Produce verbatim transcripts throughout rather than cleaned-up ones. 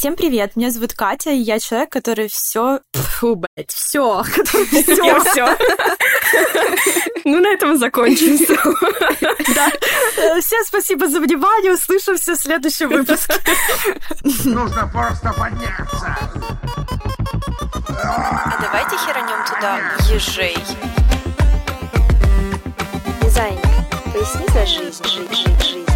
Всем привет, меня зовут Катя, и я человек, который все, фу, блядь, все, Я все. Ну, на этом закончим. Да. Всем спасибо за внимание, услышимся в следующем выпуске. Нужно просто подняться. А давайте херанем туда ежей. Дизайнер, поясни за жизнь, жизнь, жизнь, жизнь.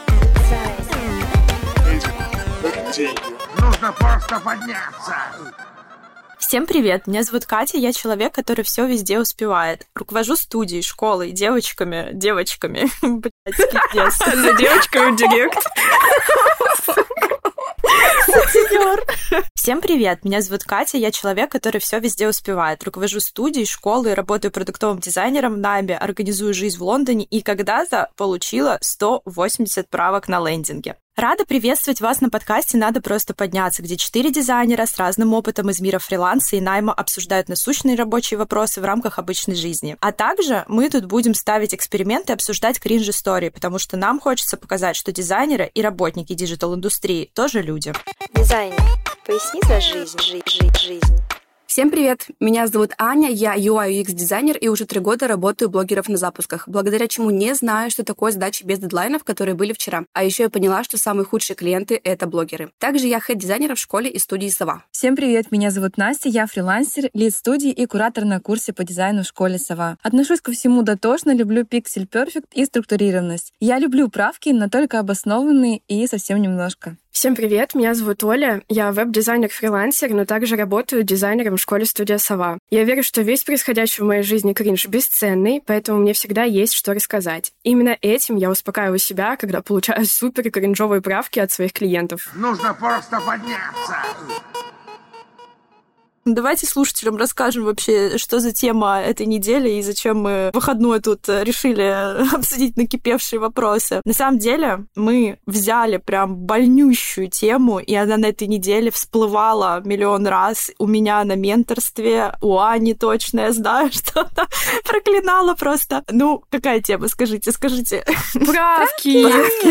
Нужно просто подняться. Всем привет, меня зовут Катя, я человек, который все везде успевает. Руковожу студией, школой, девочками, девочками. Блядь, пиздец. За девочкой в директ. Сутенёр. Всем привет, меня зовут Катя, я человек, который все везде успевает. Руковожу студией, школой, работаю продуктовым дизайнером в найме, организую жизнь в Лондоне и когда-то получила сто восемьдесят правок на лендинге. Рада приветствовать вас на подкасте «Надо просто подняться», где четыре дизайнера с разным опытом из мира фриланса и найма обсуждают насущные рабочие вопросы в рамках обычной жизни. А также мы тут будем ставить эксперименты и обсуждать кринж-истории, потому что нам хочется показать, что дизайнеры и работники диджитал-индустрии тоже люди. Дизайнер, поясни за жизнь, жизнь, жизнь, жизнь. Всем привет! Меня зовут Аня, я ю ай ю экс-дизайнер и уже три года работаю блогеров на запусках, благодаря чему не знаю, что такое сдачи без дедлайнов, которые были вчера. А еще я поняла, что самые худшие клиенты — это блогеры. Также я хед-дизайнер в школе и студии «Сова». Всем привет! Меня зовут Настя, я фрилансер, лид студии и куратор на курсе по дизайну в школе «Сова». Отношусь ко всему дотошно, люблю пиксель перфект и структурированность. Я люблю правки, но только обоснованные и совсем немножко. Всем привет, меня зовут Оля, я веб-дизайнер-фрилансер, но также работаю дизайнером в школе-студия «Сова». Я верю, что весь происходящий в моей жизни кринж бесценный, поэтому мне всегда есть что рассказать. Именно этим я успокаиваю себя, когда получаю супер кринжовые правки от своих клиентов. Нужно просто подняться. Давайте слушателям расскажем вообще, что за тема этой недели и зачем мы в выходной тут решили обсудить накипевшие вопросы. На самом деле мы взяли прям больнющую тему, и она на этой неделе всплывала миллион раз у меня на менторстве, у Ани точно, я знаю, что она проклинала просто. Ну, какая тема, скажите, скажите. Правки!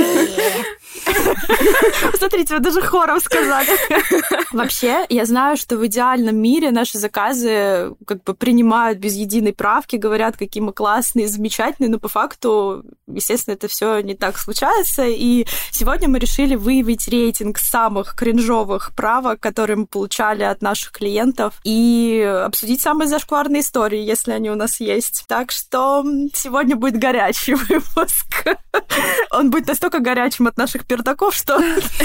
Смотрите, вы даже хором сказали. Вообще, я знаю, что в идеальном мире наши заказы как бы принимают без единой правки, говорят, какие мы классные, замечательные, но по факту, естественно, это все не так случается. И сегодня мы решили выявить рейтинг самых кринжовых правок, которые мы получали от наших клиентов, и обсудить самые зашкварные истории, если они у нас есть. Так что сегодня будет горячий выпуск. Он будет настолько горячим от наших пердаков, что...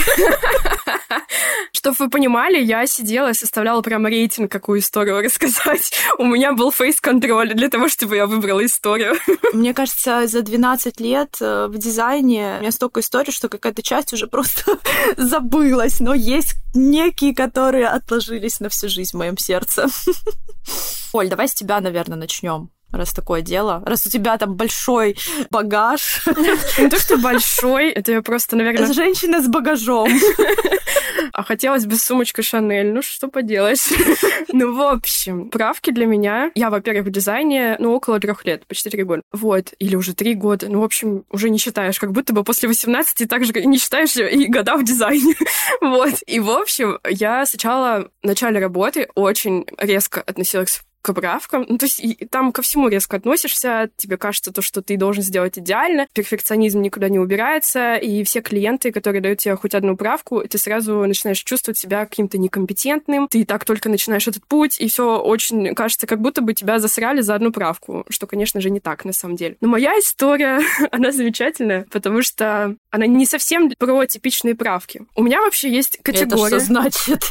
Чтобы вы понимали, я сидела и составляла прямо рейтинг, какую историю рассказать. У меня был фейс-контроль для того, чтобы я выбрала историю. Мне кажется, за двенадцать лет в дизайне у меня столько историй, что какая-то часть уже просто забылась, но есть некие, которые отложились на всю жизнь в моем сердце. Оль, давай с тебя, наверное, начнем. Раз такое дело, раз у тебя там большой багаж. Не то, что большой, это я просто, наверное... Женщина с багажом. А хотелось бы с сумочкой Шанель, ну что поделать. Ну, в общем, правки для меня... Я, во-первых, в дизайне, ну, около трех лет, почти три года. Вот, или уже три года. Ну, в общем, уже не считаешь, как будто бы после восемнадцати также не считаешь и года в дизайне. Вот, и, в общем, я сначала в начале работы очень резко относилась к правкам. Ну, то есть и там ко всему резко относишься, тебе кажется то, что ты должен сделать идеально, перфекционизм никуда не убирается, и все клиенты, которые дают тебе хоть одну правку, ты сразу начинаешь чувствовать себя каким-то некомпетентным, ты так только начинаешь этот путь, и все очень кажется, как будто бы тебя засрали за одну правку, что, конечно же, не так на самом деле. Но моя история, она замечательная, потому что она не совсем про типичные правки. У меня вообще есть категория... Это что значит?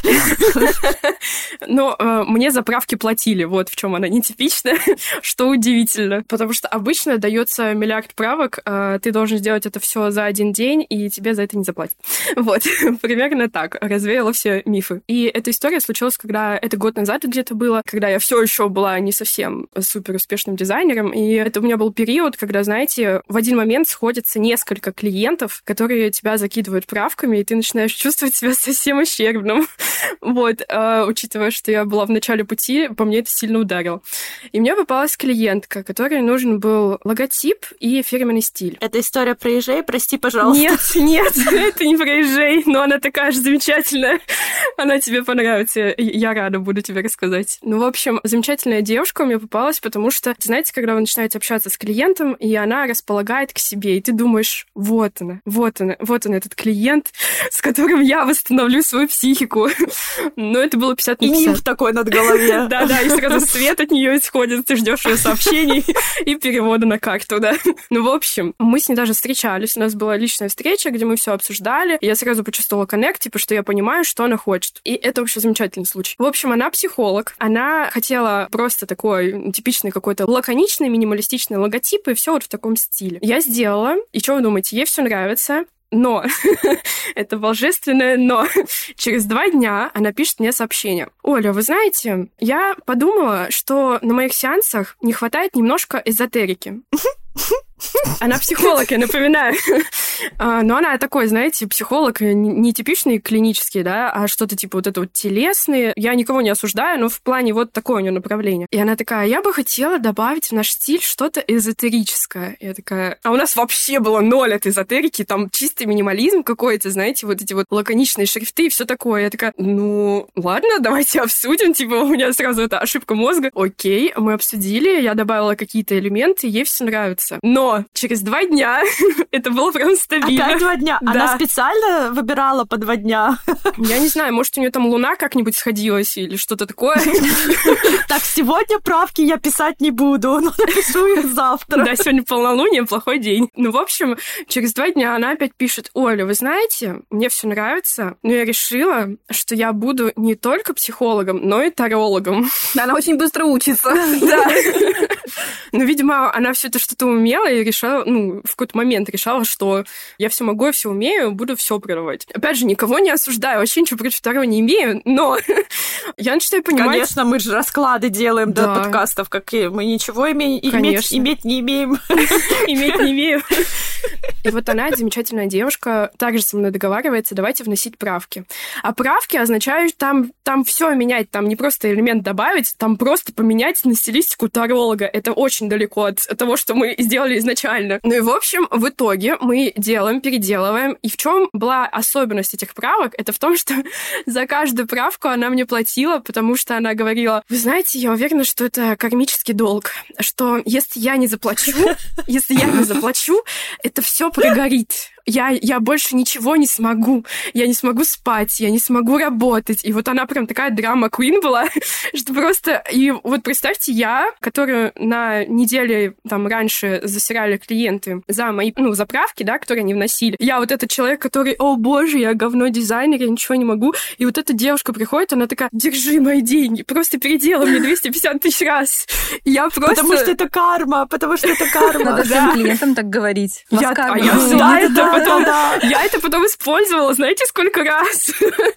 Но мне за правки платили, вот в чем она нетипичная, что удивительно. Потому что обычно дается миллиард правок, ты должен сделать это все за один день, и тебе за это не заплатят. Вот, примерно так. Развеяла все мифы. И эта история случилась, когда это год назад где-то было, когда я все еще была не совсем супер успешным дизайнером, и это у меня был период, когда, знаете, в один момент сходятся несколько клиентов, которые тебя закидывают правками, и ты начинаешь чувствовать себя совсем ущербным. Вот, учитывая, что я была в начале пути, по мне это сильно ударило. И мне попалась клиентка, которой нужен был логотип и фирменный стиль. Это история про ежей? Прости, пожалуйста. Нет, нет, это не про ежей, но она такая же замечательная. Она тебе понравится, я рада буду тебе рассказать. Ну, в общем, замечательная девушка мне попалась, потому что, знаете, когда вы начинаете общаться с клиентом, и она располагает к себе, и ты думаешь, вот она, вот она, вот он этот клиент, с которым я восстановлю свою психику. Но это было пятьдесят на пятьдесят. И нимф такой над голове. Да-да, и сразу свет от нее исходит, ты ждешь ее сообщений и перевода на карту, да. Ну, в общем, мы с ней даже встречались, у нас была личная встреча, где мы все обсуждали, и я сразу почувствовала коннект, типа, что я понимаю, что она хочет. И это вообще замечательный случай. В общем, она психолог, она хотела просто такой типичный какой-то лаконичный, минималистичный логотип, и все вот в таком стиле. Я сделала, и что вы думаете, ей все нравится. Но, это божественное но, через два дня она пишет мне сообщение. Оля, вы знаете, я подумала, что на моих сеансах не хватает немножко эзотерики. Она психолог, я напоминаю. Но она такой, знаете, психолог не типичный клинический, да, а что-то типа вот это вот телесное. Я никого не осуждаю, но в плане вот такое у нее направление. И она такая, я бы хотела добавить в наш стиль что-то эзотерическое. Я такая, а у нас вообще было ноль от эзотерики, там чистый минимализм какой-то, знаете, вот эти вот лаконичные шрифты и все такое. Я такая, ну, ладно, давайте обсудим. Типа у меня сразу это ошибка мозга. Окей, мы обсудили, я добавила какие-то элементы, ей все нравится. Но через два дня это было прям стабильно. Опять два дня? Да. Она специально выбирала по два дня? Я не знаю, может, у нее там луна как-нибудь сходилась или что-то такое. Так, сегодня правки я писать не буду, но напишу их завтра. Да, сегодня полнолуние, плохой день. Ну, в общем, через два дня она опять пишет, Оля, вы знаете, мне все нравится, но я решила, что я буду не только психологом, но и тарологом. Она очень быстро учится. Да. Ну, видимо, она все это что-то умела и решала, ну, в какой-то момент решала, что я все могу, я все умею, буду все продавать. Опять же, никого не осуждаю, вообще ничего против второго не имею, но я начинаю понимать... Конечно, мы же расклады делаем до Да. подкастов, какие мы ничего име... иметь, Конечно. иметь не имеем. Иметь не имею. И вот она, замечательная девушка, также со мной договаривается, давайте вносить правки. А правки означают там, там все менять, там не просто элемент добавить, там просто поменять на стилистику таролога. Это очень далеко от того, что мы сделали изначально. Ну и, в общем, в итоге мы делаем, переделываем. И в чем была особенность этих правок? Это в том, что за каждую правку она мне платила, потому что она говорила, вы знаете, я уверена, что это кармический долг, что если я не заплачу, если я не заплачу, это все прогорит. Я, я больше ничего не смогу. Я не смогу спать, я не смогу работать. И вот она прям такая драма-квин была, что просто... И вот представьте, я, которую на неделе там раньше засирали клиенты за мои, ну, заправки, да, которые они вносили. Я вот этот человек, который, о боже, я говно дизайнер, я ничего не могу. И вот эта девушка приходит, она такая, держи мои деньги, просто переделай мне двести пятьдесят тысяч раз. И я просто... Потому что это карма, потому что это карма. Надо всем клиентам так говорить. Я, а я, Ну, да, да, это да, потом, да, да. я это потом использовала, знаете, сколько раз?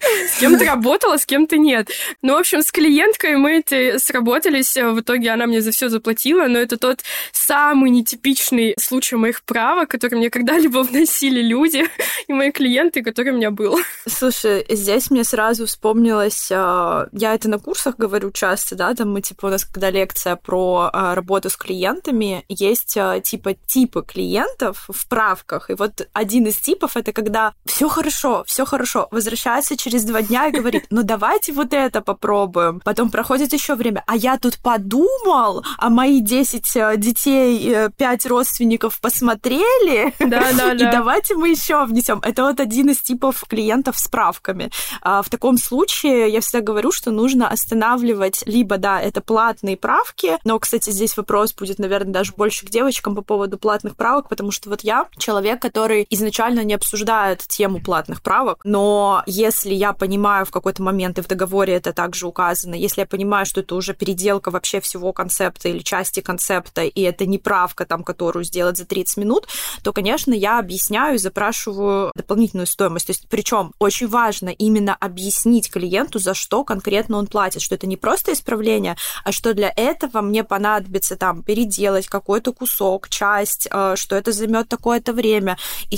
С кем-то работала, с кем-то нет. Ну, в общем, с клиенткой мы это сработались, в итоге она мне за все заплатила, но это тот самый нетипичный случай моих правок, который мне когда-либо вносили люди и мои клиенты, который у меня был. Слушай, здесь мне сразу вспомнилось, я это на курсах говорю часто, да, там мы, типа, у нас когда лекция про работу с клиентами, есть, типа, типы клиентов в правках, и вот один из типов — это когда все хорошо, все хорошо, возвращается через два дня и говорит, ну давайте вот это попробуем. Потом проходит еще время, а я тут подумал, а мои десять детей, пять родственников посмотрели, да, да, и да. давайте мы еще внесем. Это вот один из типов клиентов с правками. В таком случае я всегда говорю, что нужно останавливать либо, да, это платные правки, но, кстати, здесь вопрос будет, наверное, даже больше к девочкам по поводу платных правок, потому что вот я человек, который изначально не обсуждает тему платных правок, но если я понимаю в какой-то момент, и в договоре это также указано, если я понимаю, что это уже переделка вообще всего концепта или части концепта, и это не правка, там, которую сделать за тридцать минут, то, конечно, я объясняю и запрашиваю дополнительную стоимость. То есть, причем очень важно именно объяснить клиенту, за что конкретно он платит, что это не просто исправление, а что для этого мне понадобится там переделать какой-то кусок, часть, что это займет такое-то время. И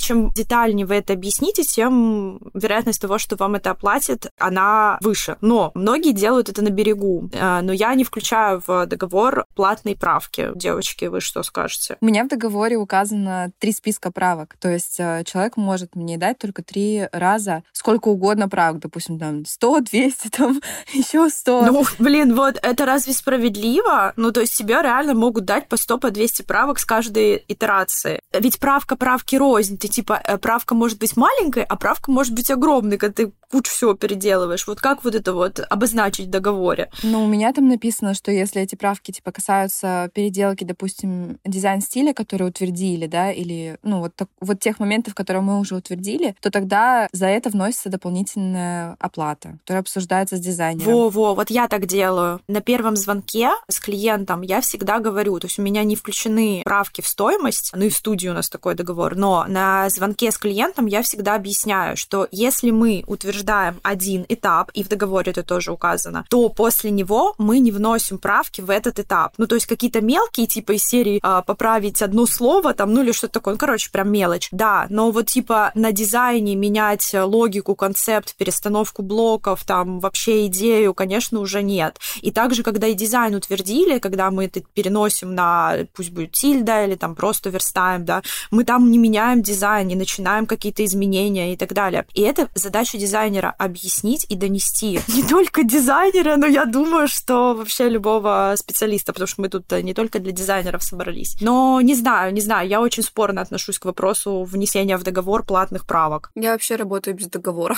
чем детальнее вы это объясните, тем вероятность того, что вам это оплатят, она выше. Но многие делают это на берегу. Но я не включаю в договор платные правки. Девочки, вы что скажете? У меня в договоре указано три списка правок. То есть человек может мне дать только три раза сколько угодно правок. Допустим, там сто, двести, там еще сто. Ну, блин, вот это разве справедливо? Ну, то есть тебе реально могут дать по сто, по двести правок с каждой итерации. Ведь правка правки рознь. Ты типа, правка может быть маленькой, а правка может быть огромной, когда ты кучу всего переделываешь. Вот как вот это вот обозначить в договоре? Ну, у меня там написано, что если эти правки типа касаются переделки, допустим, дизайн-стиля, который утвердили, да, или, ну, вот, так, вот тех моментов, которые мы уже утвердили, то тогда за это вносится дополнительная оплата, которая обсуждается с дизайнером. Во-во, вот я так делаю. На первом звонке с клиентом я всегда говорю, то есть у меня не включены правки в стоимость, ну и в студии у нас такой договор, но на звонке с клиентом я всегда объясняю, что если мы утверждаем один этап, и в договоре это тоже указано, то после него мы не вносим правки в этот этап. Ну, то есть какие-то мелкие, типа из серии а, поправить одно слово, там, ну или что-то такое, ну, короче, прям мелочь. Да, но вот типа на дизайне менять логику, концепт, перестановку блоков, там, вообще идею, конечно, уже нет. И также, когда и дизайн утвердили, когда мы это переносим на, пусть будет тильда или там просто верстаем, да, мы там не меняем дизайн, не начинаем какие-то изменения и так далее. И это задача дизайнера — объяснить и донести. Не только дизайнера, но я думаю, что вообще любого специалиста, потому что мы тут не только для дизайнеров собрались. Но не знаю, не знаю, я очень спорно отношусь к вопросу внесения в договор платных правок. Я вообще работаю без договора.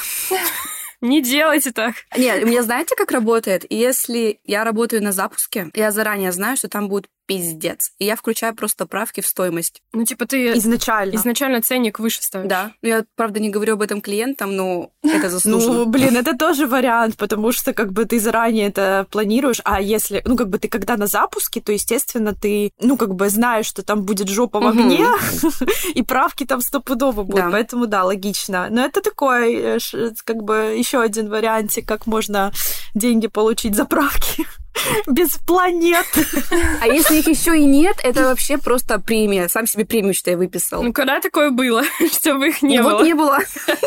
Не делайте так. Нет, у меня знаете, как работает? Если я работаю на запуске, я заранее знаю, что там будет пиздец. И я включаю просто правки в стоимость. Ну, типа ты... Изначально. Изначально ценник выше ставишь. Да. Я, правда, не говорю об этом клиентам, но это заслуженно. Ну, блин, это тоже вариант, потому что как бы ты заранее это планируешь, а если... Ну, как бы ты когда на запуске, то, естественно, ты, ну, как бы знаешь, что там будет жопа в огне, и правки там стопудово будут. Поэтому, да, логично. Но это такой, как бы, еще один вариантик, как можно деньги получить за правки. Без планет. А если их еще и нет, это вообще просто премия. Сам себе премию, что я выписал. Ну, когда такое было, чтобы их не ну, было? Вот не было.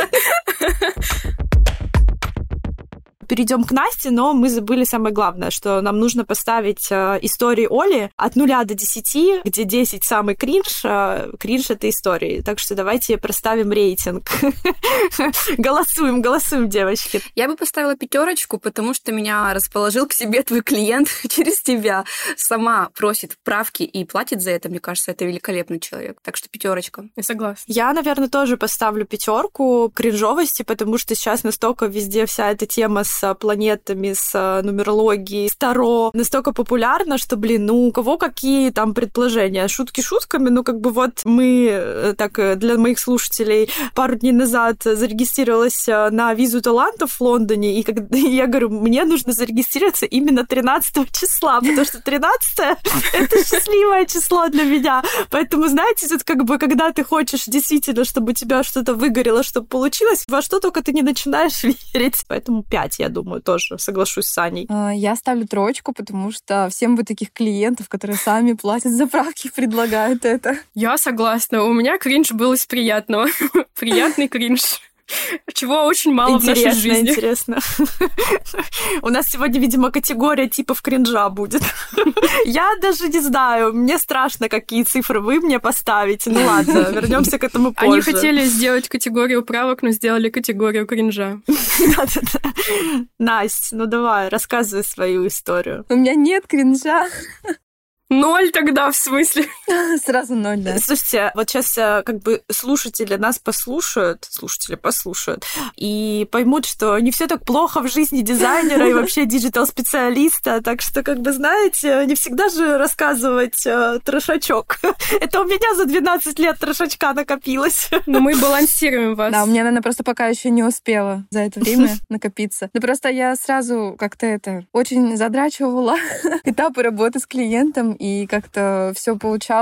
Перейдем к Насте, но мы забыли самое главное, что нам нужно поставить э, истории Оли от нуля до десяти, где десять самый кринж, э, кринж этой истории. Так что давайте проставим рейтинг. Голосуем, голосуем, девочки. Я бы поставила пятерочку, потому что меня расположил к себе твой клиент через тебя. Сама просит правки и платит за это. Мне кажется, это великолепный человек. Так что пятерочка. Я согласна. Я, наверное, тоже поставлю пятерку кринжовости, потому что сейчас настолько везде вся эта тема с с планетами, с нумерологией, с Таро настолько популярна, что, блин, ну у кого какие там предположения? Шутки шутками, ну как бы вот мы, так, для моих слушателей, пару дней назад зарегистрировалась на визу талантов в Лондоне, и когда я говорю, мне нужно зарегистрироваться именно тринадцатого числа, потому что тринадцатое — это счастливое число для меня. Поэтому, знаете, тут как бы, когда ты хочешь действительно, чтобы у тебя что-то выгорело, чтобы получилось, во что только ты не начинаешь верить. Поэтому пять, я думаю, тоже соглашусь с Аней. Я ставлю троечку, потому что всем бы таких клиентов, которые сами платят за правки, предлагают это. Я согласна. У меня кринж был из приятного. Приятный кринж. Чего очень мало интересно, в нашей жизни. Интересно. У нас сегодня, видимо, категория типов кринжа будет. Я даже не знаю, мне страшно, какие цифры вы мне поставите. Ну ладно, вернемся к этому позже. Они хотели сделать категорию правок, но сделали категорию кринжа. Настя, ну давай, рассказывай свою историю. У меня нет кринжа. Ноль тогда, в смысле? Сразу ноль, да. Слушайте, вот сейчас как бы слушатели нас послушают, слушатели послушают, и поймут, что не все так плохо в жизни дизайнера и вообще диджитал-специалиста, так что, как бы, знаете, не всегда же рассказывать э, трешачок. Это у меня за двенадцать лет трешачка накопилось. Но мы балансируем вас. Да, у меня, наверное, просто пока еще не успела за это время накопиться. Но просто я сразу как-то это очень задрачивала этапы работы с клиентом, и как-то все получалось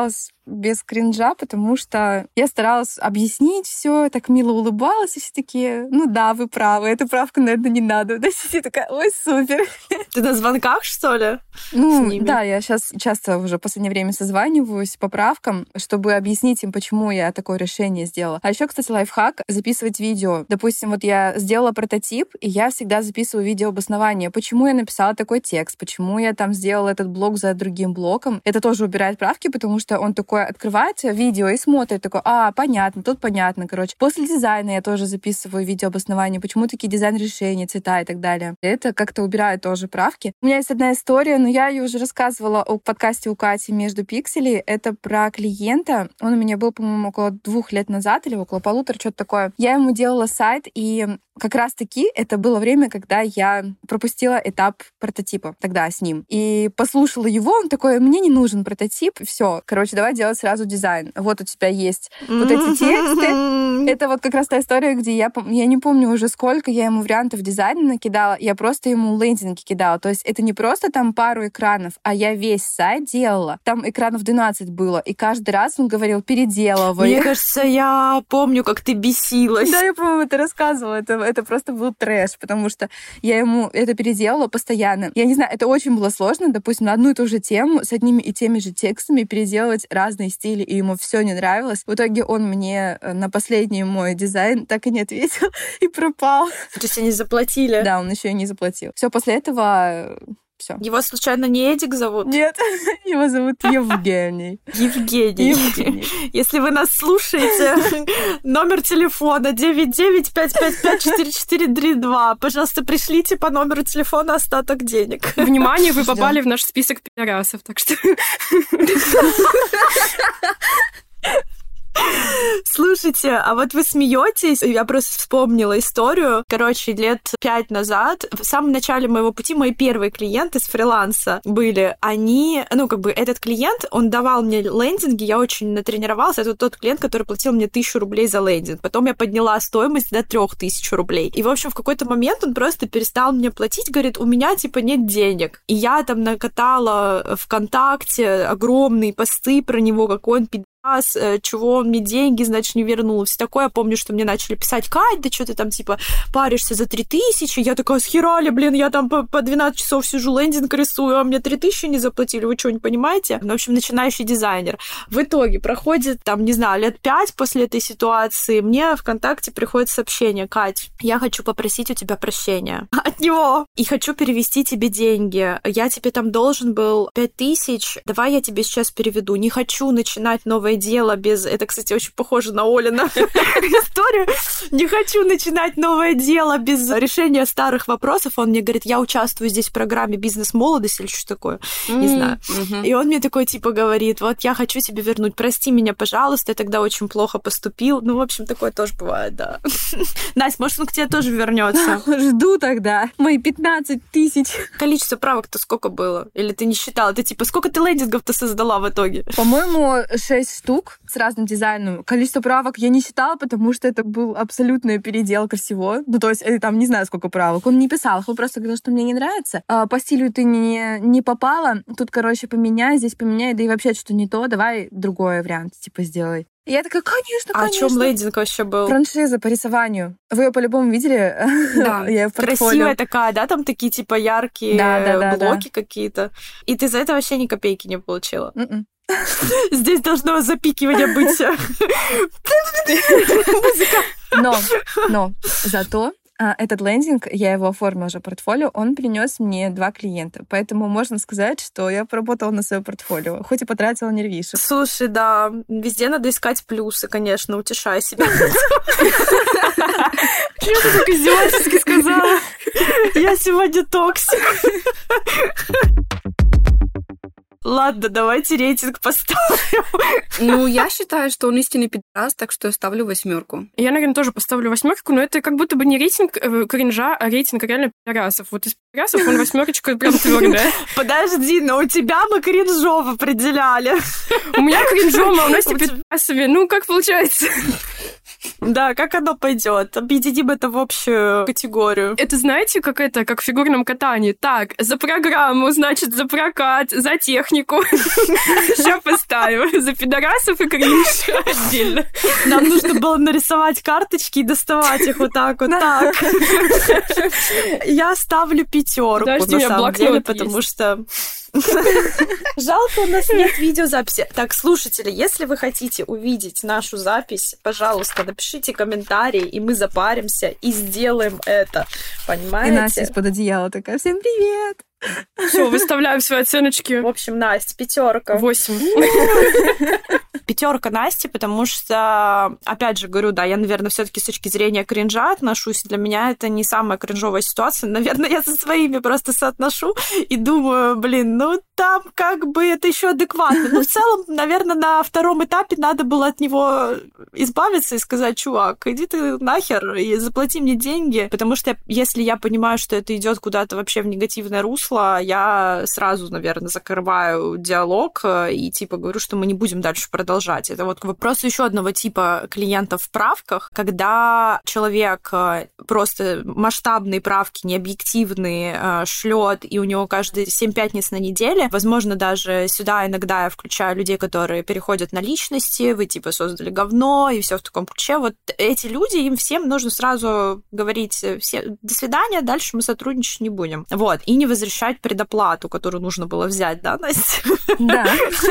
без кринжа, потому что я старалась объяснить все, так мило улыбалась, и все такие, ну да, вы правы, эту правку, наверное, не надо. Да, сиди такая, ой, супер. Ты на звонках, что ли? Ну, да, я сейчас часто уже в последнее время созваниваюсь по правкам, чтобы объяснить им, почему я такое решение сделала. А еще, кстати, лайфхак — записывать видео. Допустим, вот я сделала прототип, и я всегда записываю видео обоснование, почему я написала такой текст, почему я там сделала этот блок за другим блоком. Это тоже убирает правки, потому что он такой открывает видео и смотрит, такой, а, понятно, тут понятно, короче. После дизайна я тоже записываю видео обоснование, почему такие дизайн-решения, цвета и так далее. Это как-то убирает тоже правки. У меня есть одна история, но я ее уже рассказывала о подкасте у Кати «Между пикселей». Это про клиента. Он у меня был, по-моему, около двух лет назад или около полутора, что-то такое. Я ему делала сайт, и как раз-таки это было время, когда я пропустила этап прототипа тогда с ним. И послушала его, он такой, мне не нужен прототип, все, короче, давай делать сразу дизайн. Вот у тебя есть вот эти тексты. Это вот как раз та история, где я, я не помню уже сколько я ему вариантов дизайна накидала, я просто ему лендинги кидала. То есть это не просто там пару экранов, а я весь сайт делала. Там экранов двенадцать было, и каждый раз он говорил, переделывай. Мне кажется, я помню, как ты бесилась. Да, я, по-моему, это рассказывала. Это, это просто был трэш, потому что я ему это переделала постоянно. Я не знаю, это очень было сложно, допустим, на одну и ту же тему с одними и теми же текстами переделывать разные стили, и ему все не нравилось. В итоге он мне на последний мой дизайн так и не ответил и пропал. То есть они заплатили? Да, он еще и не заплатил. Все, после этого... Все. Его случайно не Эдик зовут? Нет, его зовут Евгений. Евгений. Евгений. Если вы нас слушаете, номер телефона девять девять пять пять пять четыре четыре три два. Пожалуйста, пришлите по номеру телефона остаток денег. Внимание, вы попали в наш список пидорасов, так что... Слушайте, а вот вы смеетесь? Я просто вспомнила историю. Короче, лет пять назад, в самом начале моего пути, мои первые клиенты с фриланса были. Они, ну, как бы, этот клиент, он давал мне лендинги, я очень натренировалась. Это тот клиент, который платил мне тысячу рублей за лендинг. Потом я подняла стоимость до трех тысяч рублей. И, в общем, в какой-то момент он просто перестал мне платить, говорит, у меня, типа, нет денег. И я там накатала ВКонтакте огромные посты про него, какой он пидор, чего он мне деньги, значит, не вернул. Все такое. Я помню, что мне начали писать, Кать, да что ты там, типа, паришься за три тысячи? Я такая, схерали, блин, я там по, по двенадцать часов сижу, лендинг рисую, а мне три тысячи не заплатили, вы что, не понимаете? Ну, в общем, начинающий дизайнер. В итоге проходит, там, не знаю, лет пять после этой ситуации, мне ВКонтакте приходит сообщение, Кать, я хочу попросить у тебя прощения от него, и хочу перевести тебе деньги. Я тебе там должен был пять тысяч, давай я тебе сейчас переведу. Не хочу начинать новое дело без... Это, кстати, очень похоже на Олина историю. Не хочу начинать новое дело без решения старых вопросов. Он мне говорит, я участвую здесь в программе «Бизнес-молодость» или что такое, не знаю. И он мне такой, типа, говорит, вот я хочу тебе вернуть, прости меня, пожалуйста, я тогда очень плохо поступил. Ну, в общем, такое тоже бывает, да. Настя, может, он к тебе тоже вернется? Жду тогда. Мои пятнадцать тысяч. Количество правок-то сколько было? Или ты не считала? Ты, типа, сколько ты лендингов-то создала в итоге? По-моему, шесть штук с разным дизайном. Количество правок я не считала, потому что это был абсолютная переделка всего. Ну, то есть, там не знаю, сколько правок. Он не писал их, он просто говорил, что мне не нравится. А, по стилю ты не, не попала. Тут, короче, поменяй, здесь поменяй, да и вообще что-то не то, давай другой вариант, типа, сделай. И я такая, конечно, а конечно. А о чем лендинг вообще был? Франшиза по рисованию. Вы ее по-любому видели? Да, я в портфолио. Красивая такая, да? Там такие, типа, яркие да, да, да, блоки да. какие-то. И ты за это вообще ни копейки не получила? Mm-mm. Здесь должно запикивание быть. Музыка. Но, но зато этот лендинг, я его оформила уже портфолио, он принес мне два клиента. Поэтому можно сказать, что я поработала на свое портфолио, хоть и потратила нервишек. Слушай, да, везде надо искать плюсы, конечно, утешай себя. Чего ты так издевательски сказала? Я сегодня токсик. Ладно, давайте рейтинг поставим. Ну, я считаю, что он истинный пидорас, так что я ставлю восьмерку. Я, наверное, тоже поставлю восьмерку, но это как будто бы не рейтинг кринжа, а рейтинг реально пидорасов. Вот из пидорасов он восьмерочка прям твердая. Подожди, но у тебя мы кринжов определяли. У меня кринжом, а у Насти пидорасами. Ну, как получается? Да, как оно пойдет? Объединим это в общую категорию. Это, знаете, как это, как в фигурном катании. Так, за программу, значит, за прокат, за технику. Сейчас поставим. За пидорасов и кринж отдельно. Нам нужно было нарисовать карточки и доставать их вот так вот. Так. Я ставлю пятерку, на самом деле, потому что... Жалко, у нас нет видеозаписи. Так, слушатели, если вы хотите увидеть нашу запись, пожалуйста, напишите комментарий, и мы запаримся и сделаем это. Понимаете? И Настя из-под одеяла такая: всем привет! Все, выставляем свои оценочки. В общем, Настя, пятерка. Восемь. Пятерка Насти, потому что, опять же, говорю, да, я, наверное, все-таки с точки зрения кринжа отношусь. Для меня это не самая кринжовая ситуация. Наверное, я со своими просто соотношу и думаю, блин, ну там как бы это еще адекватно. Но в целом, наверное, на втором этапе надо было от него избавиться и сказать: чувак, иди ты нахер и заплати мне деньги, потому что если я понимаю, что это идет куда-то вообще в негативное русло, я сразу, наверное, закрываю диалог и типа говорю, что мы не будем дальше продолжать. Это вот к вопросу еще одного типа клиентов в правках, когда человек просто масштабные правки, необъективные, шлет, и у него каждые семь пятниц на неделе. Возможно, даже сюда иногда я включаю людей, которые переходят на личности, вы типа создали говно, и все в таком ключе. Вот эти люди, им всем нужно сразу говорить: все, до свидания, дальше мы сотрудничать не будем. Вот. И не возвращать предоплату, которую нужно было взять, да, Настя? Да.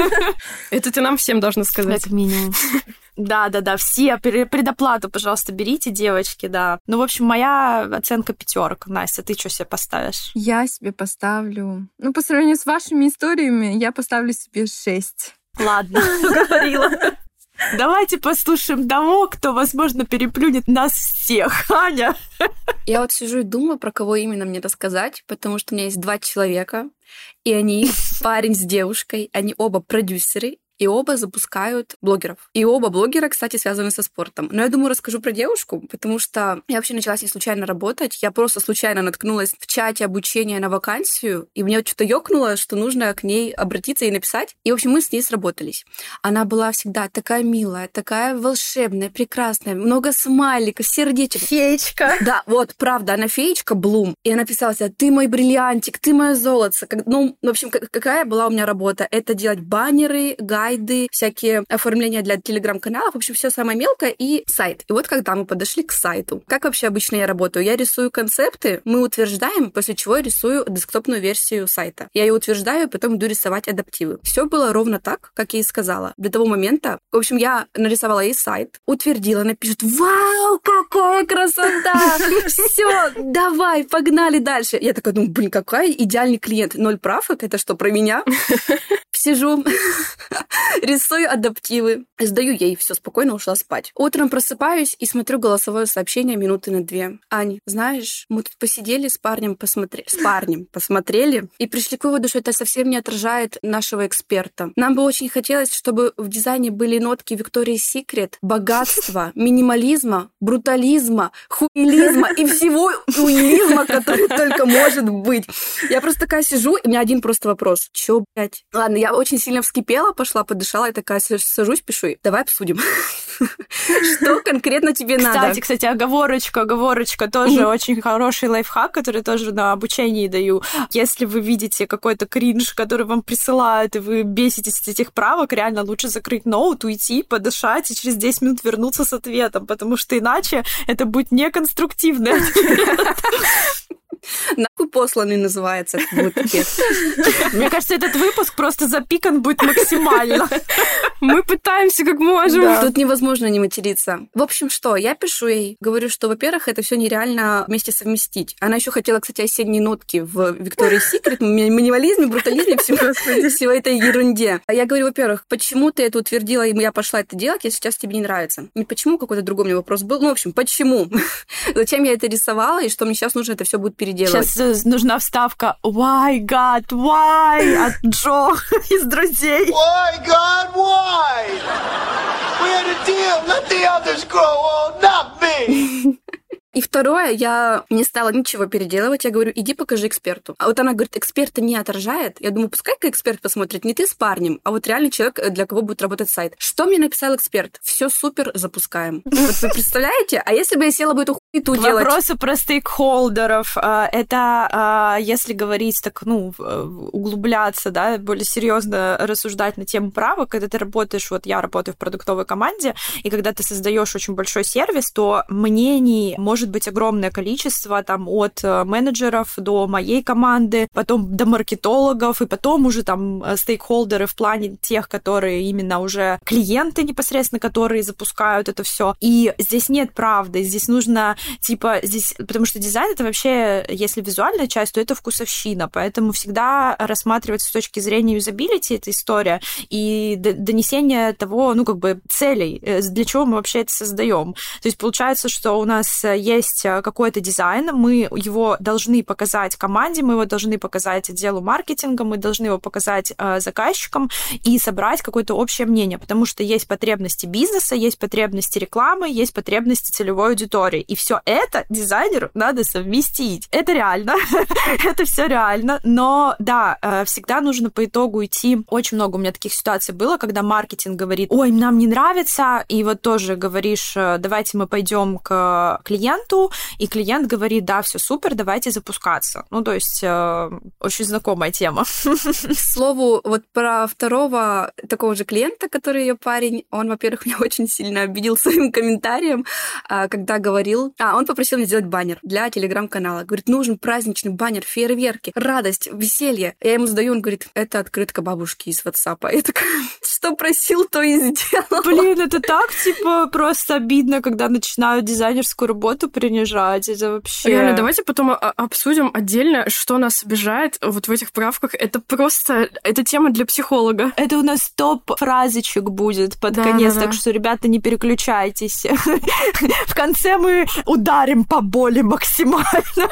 Это ты нам всем должна сказать. Как минимум. Да-да-да, все предоплату, пожалуйста, берите, девочки, да. Ну, в общем, моя оценка пятерка. Настя, ты что себе поставишь? Я себе поставлю... Ну, по сравнению с вашими историями, я поставлю себе шесть. Ладно, говорила. Давайте послушаем того, кто, возможно, переплюнет нас всех. Аня. Я вот сижу и думаю, про кого именно мне рассказать, потому что у меня есть два человека, и они парень с девушкой, они оба продюсеры, и оба запускают блогеров. И оба блогера, кстати, связаны со спортом. Но я думаю, расскажу про девушку, потому что я вообще начала с ней случайно работать. Я просто случайно наткнулась в чате обучения на вакансию, и мне что-то ёкнуло, что нужно к ней обратиться и написать. И, в общем, мы с ней сработались. Она была всегда такая милая, такая волшебная, прекрасная, много смайликов, сердечек. Феечка. Да, вот, правда, она феечка Блум. И она писала: ты мой бриллиантик, ты мое золото. Ну, в общем, какая была у меня работа? Это делать баннеры, гайды, всякие оформления для телеграм-каналов, в общем, все самое мелкое, и сайт. И вот когда мы подошли к сайту, как вообще обычно я работаю? Я рисую концепты, мы утверждаем, после чего я рисую десктопную версию сайта. Я ее утверждаю, потом иду рисовать адаптивы. Все было ровно так, как я и сказала. До того момента, в общем, я нарисовала ей сайт, утвердила, она пишет: вау, какая красота! Все, давай, погнали дальше. Я такая думаю, блин, какой идеальный клиент. Ноль правок, это что, про меня? Сижу, рисую адаптивы, сдаю ей, все спокойно, ушла спать. Утром просыпаюсь и смотрю голосовое сообщение минуты на две. Ань, знаешь, мы тут посидели с парнем, посмотрели, с парнем посмотрели и пришли к выводу, что это совсем не отражает нашего эксперта. Нам бы очень хотелось, чтобы в дизайне были нотки Victoria's Secret, богатства, минимализма, брутализма, хуилизма и всего уилизма, который только может быть. Я просто такая сижу, и у меня один просто вопрос. Чё, блядь? Ладно, я очень сильно вскипела, пошла, подышала, и такая сажусь, пишу ей: давай обсудим. Что конкретно тебе надо? Кстати, кстати, оговорочка, оговорочка, тоже очень хороший лайфхак, который тоже на обучении даю. Если вы видите какой-то кринж, который вам присылают, и вы беситесь от этих правок, реально лучше закрыть ноут, уйти, подышать и через десять минут вернуться с ответом, потому что иначе это будет неконструктивный ответ. Нахуй посланный называется этот будет ответ. Мне кажется, этот выпуск просто запикан будет максимально. Мы пытаемся как можем. Да. Тут невозможно не материться. В общем, что? Я пишу ей, говорю, что, во-первых, это все нереально вместе совместить. Она еще хотела, кстати, осенние нотки в Victoria's Secret, минимализме, брутализме, всего этой ерунде. А я говорю, во-первых, почему ты это утвердила, и я пошла это делать, если сейчас тебе не нравится? Не почему, какой-то другой у меня вопрос был. Ну, в общем, почему? Зачем я это рисовала, и что мне сейчас нужно это все будет переделать? Сейчас нужна вставка «Why, God, why?» от Джо из «Друзей». Why, God, why? We had a deal. Let the others grow old, not me. И второе, я не стала ничего переделывать. Я говорю, иди покажи эксперту. А вот она говорит, эксперта не отражает. Я думаю, пускай-ка эксперт посмотрит, не ты с парнем, а вот реальный человек, для кого будет работать сайт. Что мне написал эксперт? Все супер, запускаем. Вот вы представляете? А если бы я села бы эту хуету делать? Вопросы про стейкхолдеров. Это, если говорить так, ну, углубляться, да, более серьезно рассуждать на тему права, когда ты работаешь, вот я работаю в продуктовой команде, и когда ты создаешь очень большой сервис, то мнений может быть огромное количество, там, от менеджеров до моей команды, потом до маркетологов, и потом уже там стейкхолдеры в плане тех, которые именно уже клиенты непосредственно, которые запускают это все. И здесь нет правды, здесь нужно, типа, здесь, потому что дизайн — это вообще, если визуальная часть, то это вкусовщина, поэтому всегда рассматривается с точки зрения юзабилити эта история и донесение того, ну, как бы, целей, для чего мы вообще это создаем. То есть получается, что у нас есть какой-то дизайн, мы его должны показать команде, мы его должны показать отделу маркетинга, мы должны его показать э, заказчикам и собрать какое-то общее мнение, потому что есть потребности бизнеса, есть потребности рекламы, есть потребности целевой аудитории. И все это дизайнеру надо совместить. Это реально. Это все реально. Но да, э, всегда нужно по итогу идти. Очень много у меня таких ситуаций было, когда маркетинг говорит, ой, нам не нравится, и вот тоже говоришь, давайте мы пойдем к клиенту, и клиент говорит, да, все супер, давайте запускаться. Ну, то есть э, очень знакомая тема. К слову, вот про второго такого же клиента, который ее парень, он, во-первых, меня очень сильно обидел своим комментарием, когда говорил... А, он попросил меня сделать баннер для телеграм-канала. Говорит, нужен праздничный баннер, фейерверки, радость, веселье. Я ему задаю, он говорит, это открытка бабушки из WhatsApp. Я такая, что просил, то и сделала. Блин, это так, типа, просто обидно, когда начинают дизайнерскую работу принижать. Это вообще... Реально, давайте потом обсудим отдельно, что нас обижает вот в этих правках. Это просто... Это тема для психолога. Это у нас топ-фразочек будет под да, конец, да, так да. что, ребята, не переключайтесь. В конце мы ударим по боли максимально.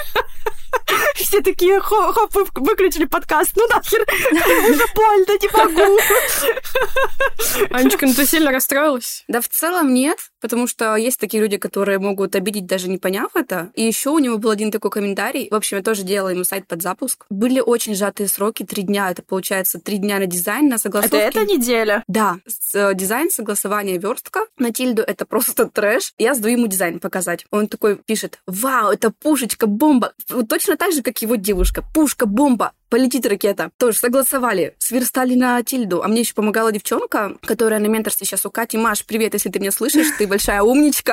Все такие, хоп, выключили подкаст, ну нахер, уже больно, не могу. Анечка, ну ты сильно расстроилась? Да в целом нет, потому что есть такие люди, которые могут обидеть, даже не поняв это. И еще у него был один такой комментарий. В общем, я тоже делала ему сайт под запуск. Были очень сжатые сроки, три дня. Это получается три дня на дизайн, на согласовки. Это эта неделя? Да. С, дизайн, согласование, верстка. На Тильду это просто трэш. Я сдаю ему дизайн показать. Он такой пишет, вау, это пушечка, бомба. Вот точно так же, как его девушка. Пушка, бомба. Полетит ракета. Тоже согласовали, сверстали на Тильду. А мне еще помогала девчонка, которая на менторстве сейчас у Кати. Маш, привет, если ты меня слышишь, ты большая умничка.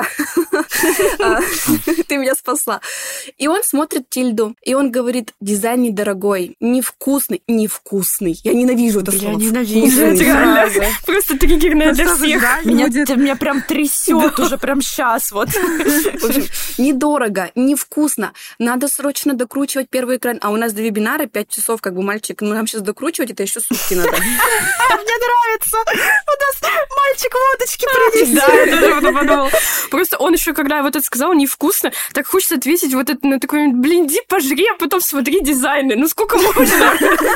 Ты меня спасла. И он смотрит Тильду, и он говорит, дизайн недорогой, невкусный, невкусный. Я ненавижу это слово. Я ненавижу. Просто триггерная для всех. Меня прям трясет уже прям сейчас вот. Недорого, невкусно. Надо срочно докручивать первый экран. А у нас до вебинара пять часов, как бы, мальчик, ну, нам сейчас докручивать, это еще сутки надо. Мне нравится. У нас мальчик водочки принесет. Да, я тоже подумала. Просто он еще, когда вот это сказал, невкусно, так хочется ответить вот это на такой, блин, иди пожри, а потом смотри дизайны. Ну, сколько можно?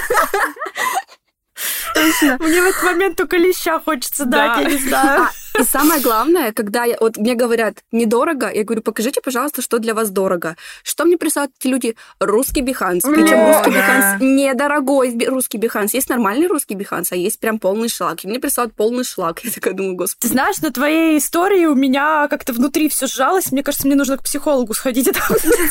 Точно. Мне в этот момент только леща хочется дать, я не знаю. И самое главное, когда я, вот мне говорят, недорого, я говорю, покажите, пожалуйста, что для вас дорого. Что мне присылают эти люди? Русский Behance. Причем русский Behance недорогой русский Behance. Есть нормальный русский Behance, а есть прям полный шлак. И мне присылают полный шлак. Я такая думаю, господи. Ты знаешь, на твоей истории у меня как-то внутри все сжалось. Мне кажется, мне нужно к психологу сходить это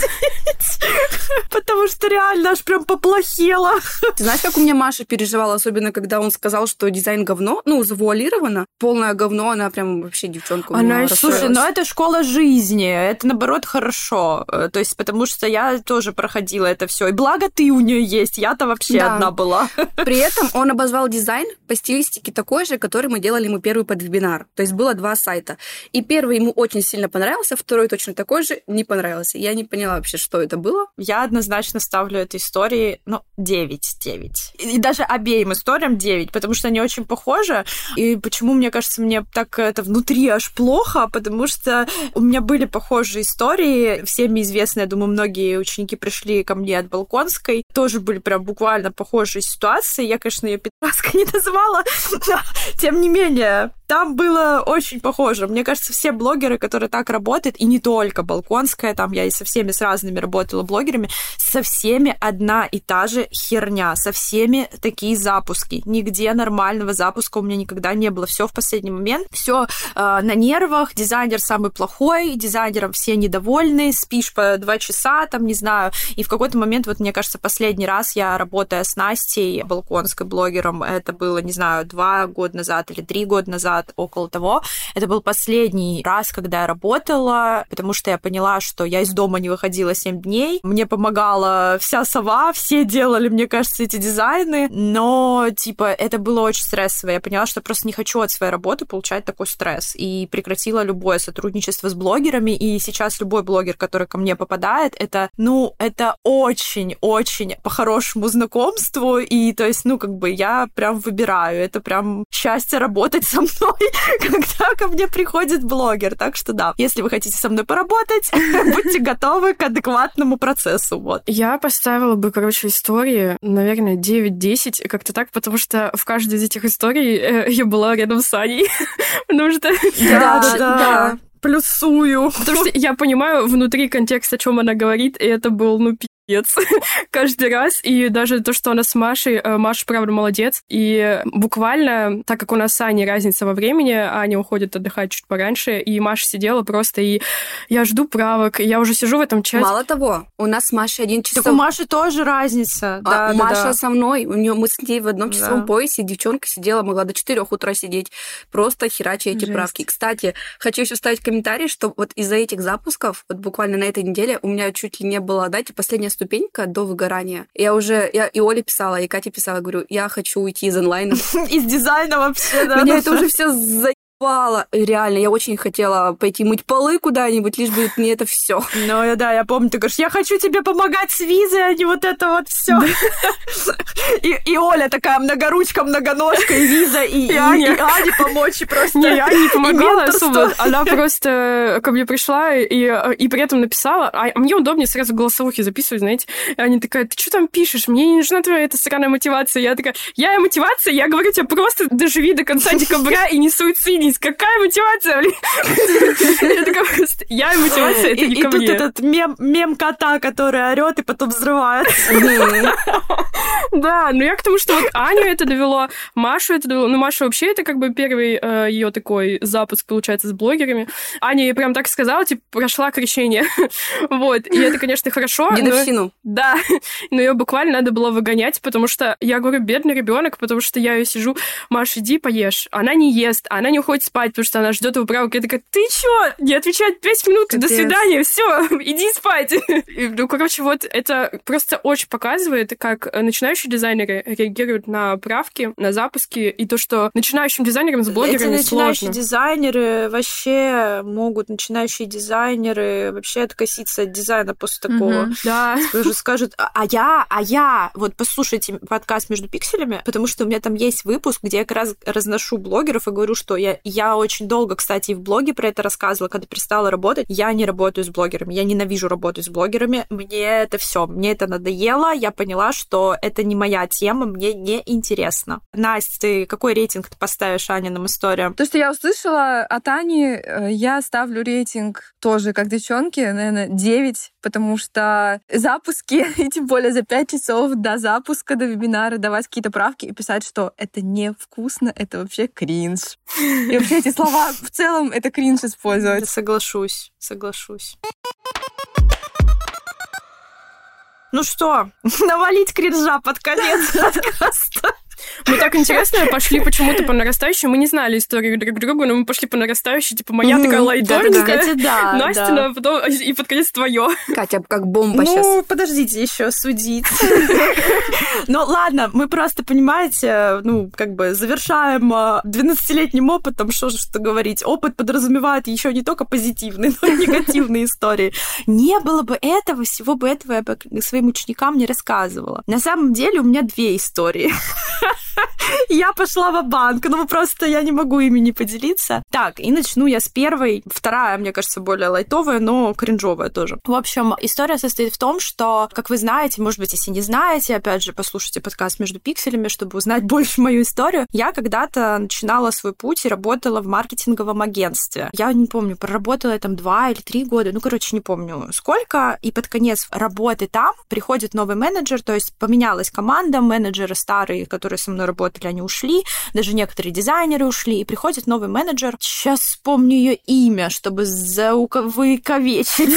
потому что реально аж прям поплохело. Ты знаешь, как у меня Маша переживала, особенно когда он сказал, что дизайн говно, ну, завуалировано, полное говно, она прям вообще девчонка у она меня расстроилась. Слушай, но это школа жизни, это, наоборот, хорошо. То есть, потому что я тоже проходила это все. И благо ты у нее есть, я-то вообще да. одна была. При этом он обозвал дизайн по стилистике такой же, который мы делали ему первый под вебинар. То есть было два сайта. И первый ему очень сильно понравился, второй точно такой же не понравился. Я не поняла вообще, что это было. Я однозначно ставлю этой истории, ну, девять, девять. И даже обеим историям девять, потому что они очень похожи. И почему, мне кажется, мне так это внутри аж плохо, потому что у меня были похожие истории, всеми известные, я думаю, многие ученики пришли ко мне от Балконской, тоже были прям буквально похожие ситуации. Я, конечно, ее пидораской не назвала, но тем не менее, там было очень похоже. Мне кажется, все блогеры, которые так работают, и не только Балконская, там я и со всеми, с разными работала блогерами, со всеми одна и та же херня, со всеми такие запуски. Нигде нормального запуска у меня никогда не было. Все в последний момент, все э, на нервах, дизайнер самый плохой, дизайнером все недовольны, спишь по два часа, там, не знаю, и в какой-то момент, вот мне кажется, последний раз я, работая с Настей, Балконской блогером, это было, не знаю, два года назад или три года назад, около того, это был последний раз, когда я работала, потому что я поняла, что я из дома не выходила семь дней, мне помогала вся сова, все делали, мне кажется, эти дизайны, но, типа, это было очень стрессово, я поняла, что просто не хочу от своей работы получать такой стресс, и прекратила любое сотрудничество с блогерами, и сейчас любой блогер, который ко мне попадает, это, ну, это очень-очень по-хорошему знакомству, и, то есть, ну, как бы я прям выбираю, это прям счастье работать со мной, когда ко мне приходит блогер, так что да, если вы хотите со мной поработать, будьте готовы к адекватному процессу, вот. Я поставила бы, короче, истории, наверное, девять-десять, как-то так, потому что в каждой из этих историй э, я была рядом с Аней, потому что... Да, да, да. Плюсую. Потому что я понимаю внутри контекста, о чем она говорит, и это был, ну, пи***ц каждый раз. И даже то, что она с Машей, Маша, правда, молодец. И буквально, так как у нас с Аней разница во времени, Аня уходит отдыхать чуть пораньше, и Маша сидела просто, и я жду правок, я уже сижу в этом чате. Мало того, у нас с Машей один часов... Так у Маши тоже разница. А, да, Маша да, да. со мной, у нее мы с ней в одном часовом да. поясе, девчонка сидела, могла до четырех утра сидеть, просто херача эти Жесть. правки. Кстати, хочу еще вставить комментарий, что вот из-за этих запусков, вот буквально на этой неделе, у меня чуть ли не было, дайте, последняя ступенька до выгорания. Я уже, я и Оле писала, и Кате писала, говорю, я хочу уйти из онлайна. Из дизайна вообще, да. Меня это уже все заебало. Реально, я очень хотела пойти мыть полы куда-нибудь, лишь бы мне это все. Ну, да, я помню, ты говоришь, я хочу тебе помогать с визой, а не вот это вот все. И, и Оля такая многоручка, многоножка, и виза, и, и, и Ане помочь, и просто... Не, я не помогала особо. Она просто ко мне пришла и, и при этом написала, а мне удобнее сразу голосовухи записывать, знаете. И Аня такая, ты что там пишешь? Мне не нужна твоя эта сраная мотивация. Я такая, я мотивация, я говорю тебе, просто доживи до конца декабря и не суицидись. Какая мотивация, блин? Я такая просто, я мотивация, это не ко мне. И тут этот мем кота, который орёт и потом взрывается. Да, ну я к тому, что вот Аню это довело, Машу это довело. Ну, Маша вообще это как бы первый э, ее такой запуск, получается, с блогерами. Аня ей прям так сказала, типа, прошла крещение. Вот, и это, конечно, хорошо. Дедовщину. Но, да, но ее буквально надо было выгонять, потому что, я говорю, бедный ребенок, потому что я ее сижу, Маш, иди поешь. Она не ест, она не уходит спать, потому что она ждет его правок. Я такая, ты чё? Не отвечать пять минут, Капец. До свидания, все, иди спать. И, ну, короче, вот это просто очень показывает, как начинающие дизайнеры реагируют на правки, на запуски, и то, что начинающим дизайнерам с блогерами Эти начинающие сложно. дизайнеры вообще могут, начинающие дизайнеры вообще откоситься от дизайна после такого. Mm-hmm. Да. Скажут, скажут, а я, а я, вот послушайте подкаст «Между пикселями», потому что у меня там есть выпуск, где я как раз разношу блогеров и говорю, что я, я очень долго, кстати, и в блоге про это рассказывала, когда перестала работать. Я не работаю с блогерами, я ненавижу работать с блогерами. Мне это все, мне это надоело. Я поняла, что это не моя тема, мне не интересно. Настя, ты какой рейтинг ты поставишь Аниным историям? То, что я услышала от Ани, я ставлю рейтинг тоже, как девчонки, наверное, девять, потому что запуски, и тем более за пять часов до запуска, до вебинара давать какие-то правки и писать, что это невкусно, это вообще кринж. И вообще эти слова в целом это кринж использовать. Соглашусь, соглашусь. Ну что, навалить кринжа под конец подкаста. Мы так интересно пошли почему-то по нарастающей. Мы не знали историю друг друга, но мы пошли по нарастающей. Типа, моя mm-hmm. такая лайтовенькая, да, Настина, да. потом, и под конец твое. Катя, как бомба ну, сейчас. Ну, подождите еще судить. Ну, ладно, мы просто, понимаете, ну, как бы завершаем двенадцатилетним опытом, что же что говорить. Опыт подразумевает еще не только позитивные, но и негативные истории. Не было бы этого, всего бы этого я бы своим ученикам не рассказывала. На самом деле у меня две истории. Я пошла ва-банк, ну просто я не могу ими не поделиться. Так, и начну я с первой. Вторая, мне кажется, более лайтовая, но кринжовая тоже. В общем, история состоит в том, что, как вы знаете, может быть, если не знаете, опять же, послушайте подкаст «Между пикселями», чтобы узнать больше мою историю. Я когда-то начинала свой путь и работала в маркетинговом агентстве. Я не помню, проработала я там два или три года, ну, короче, не помню сколько. И под конец работы там приходит новый менеджер, то есть поменялась команда, менеджеры старые, которые со мной работали, они ушли, даже некоторые дизайнеры ушли, и приходит новый менеджер. Сейчас вспомню ее имя, чтобы зауковыковечить.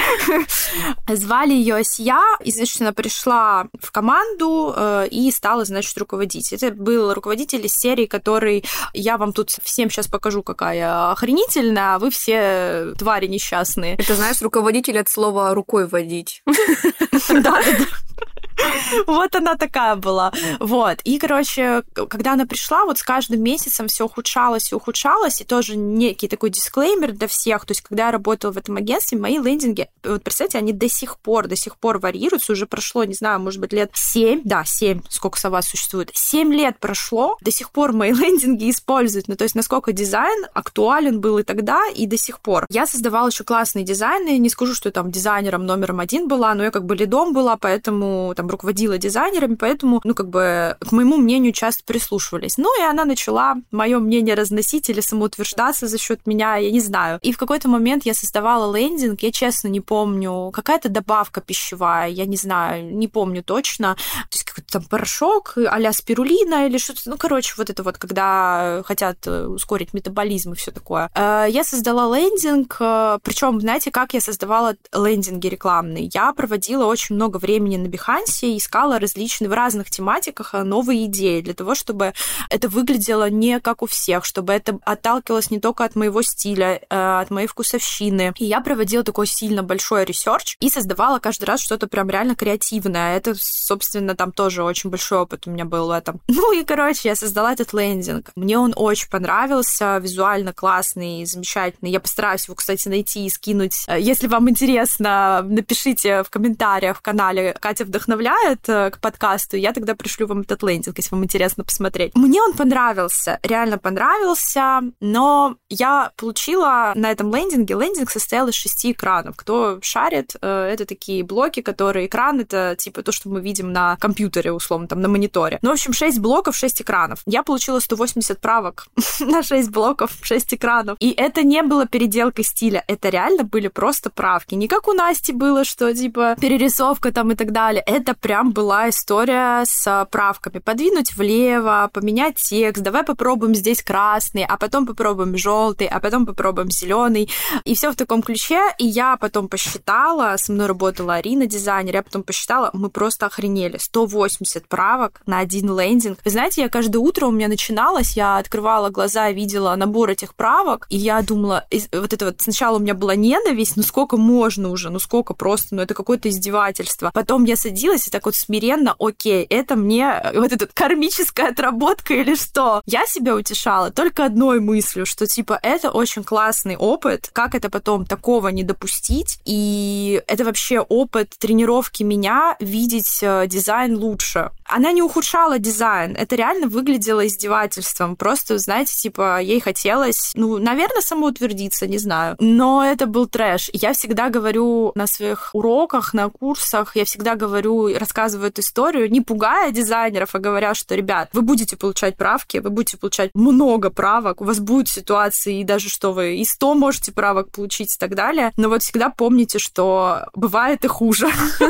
Звали ее Асия, и, значит, она пришла в команду э, и стала, значит, руководить. Это был руководитель из серии, который я вам тут всем сейчас покажу, какая охренительная, а вы все твари несчастные. Это, знаешь, руководитель от слова «рукой водить». Да, да. Вот она такая была. Вот. И, короче, когда она пришла, вот с каждым месяцем все ухудшалось и ухудшалось, и тоже некий такой дисклеймер для всех. То есть, когда я работала в этом агентстве, мои лендинги, вот представьте, они до сих пор, до сих пор варьируются. Уже прошло, не знаю, может быть, лет семь. Да, семь, сколько сова существует. Семь лет прошло, до сих пор мои лендинги используют. Ну, то есть, насколько дизайн актуален был и тогда, и до сих пор. Я создавала еще классные дизайны. Не скажу, что там дизайнером номером один была, но я как бы лидом была, поэтому там руководила дизайнерами, поэтому, ну, как бы, к моему мнению часто прислушивались. Ну, и она начала мое мнение разносить или самоутверждаться за счет меня, я не знаю. И в какой-то момент я создавала лендинг, я честно не помню, какая-то добавка пищевая, я не знаю, не помню точно, то есть какой-то там порошок а-ля спирулина или что-то, ну, короче, вот это вот, когда хотят ускорить метаболизм и все такое. Я создала лендинг, причем, знаете, как я создавала лендинги рекламные? Я проводила очень много времени на Behance, искала различные в разных тематиках новые идеи для того, чтобы это выглядело не как у всех, чтобы это отталкивалось не только от моего стиля, от моей вкусовщины. И я проводила такой сильно большой ресерч и создавала каждый раз что-то прям реально креативное. Это, собственно, там тоже очень большой опыт у меня был в этом. Ну и, короче, я создала этот лендинг. Мне он очень понравился, визуально классный, замечательный. Я постараюсь его, кстати, найти и скинуть. Если вам интересно, напишите в комментариях в канале «Катя вдохновляет» к подкасту, я тогда пришлю вам этот лендинг, если вам интересно посмотреть. Мне он понравился, реально понравился, но я получила на этом лендинге, лендинг состоял из шести экранов. Кто шарит, это такие блоки, которые экран, это типа то, что мы видим на компьютере, условно, там, на мониторе. Ну, в общем, шесть блоков, шесть экранов. Я получила сто восемьдесят правок на шесть блоков, шесть экранов. И это не было переделкой стиля, это реально были просто правки. Не как у Насти было, что, типа, перерисовка там и так далее. Это прям была история с правками. Подвинуть влево, поменять текст, давай попробуем здесь красный, а потом попробуем желтый, а потом попробуем зеленый. И все в таком ключе. И я потом посчитала, со мной работала Арина, дизайнер, я потом посчитала, мы просто охренели. сто восемьдесят правок на один лендинг. Вы знаете, я каждое утро у меня начиналось, я открывала глаза, видела набор этих правок, и я думала, вот это вот сначала у меня была ненависть, ну сколько можно уже, ну сколько просто, ну это какое-то издевательство. Потом я садилась и так вот смиренно, окей, это мне вот эта кармическая отработка или что? Я себя утешала только одной мыслью, что типа это очень классный опыт, как это потом такого не допустить, и это вообще опыт тренировки меня видеть дизайн лучше. Она не ухудшала дизайн, это реально выглядело издевательством, просто, знаете, типа ей хотелось, ну, наверное, самоутвердиться, не знаю, но это был трэш. Я всегда говорю на своих уроках, на курсах, я всегда говорю, рассказываю эту историю, не пугая дизайнеров, а говоря, что, ребят, вы будете получать правки, вы будете получать много правок, у вас будут ситуации, и даже что вы и сто можете правок получить и так далее, но вот всегда помните, что бывает и хуже.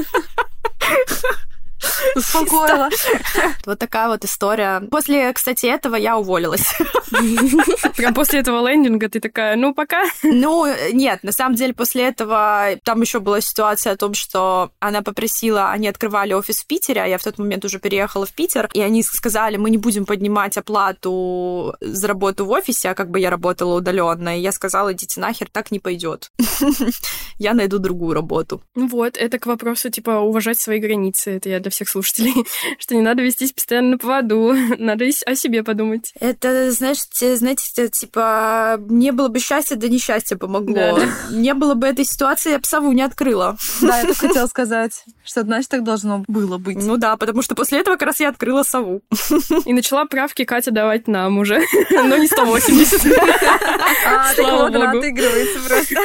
Успокоила. Вот такая вот история. После, кстати, этого я уволилась. Прям после этого лендинга ты такая, ну, пока? Ну, нет, на самом деле после этого там еще была ситуация о том, что она попросила, они открывали офис в Питере, а я в тот момент уже переехала в Питер, и они сказали, мы не будем поднимать оплату за работу в офисе, а как бы я работала удаленно, и я сказала, идите нахер, так не пойдет. Я найду другую работу. Ну вот, это к вопросу, типа, уважать свои границы. Это я для всех слушателей, что не надо вестись постоянно на поводу, надо о себе подумать. Это, знаешь, знаете, это, типа, не было бы счастья, да несчастье помогло. Да, да. Не было бы этой ситуации, я бы сову не открыла. Да, я так хотела сказать, что, значит, так должно было быть. Ну да, потому что после этого как раз я открыла сову. И начала правки Катя давать нам уже, но не сто восемьдесят. А, так вот, она отыгрывается просто.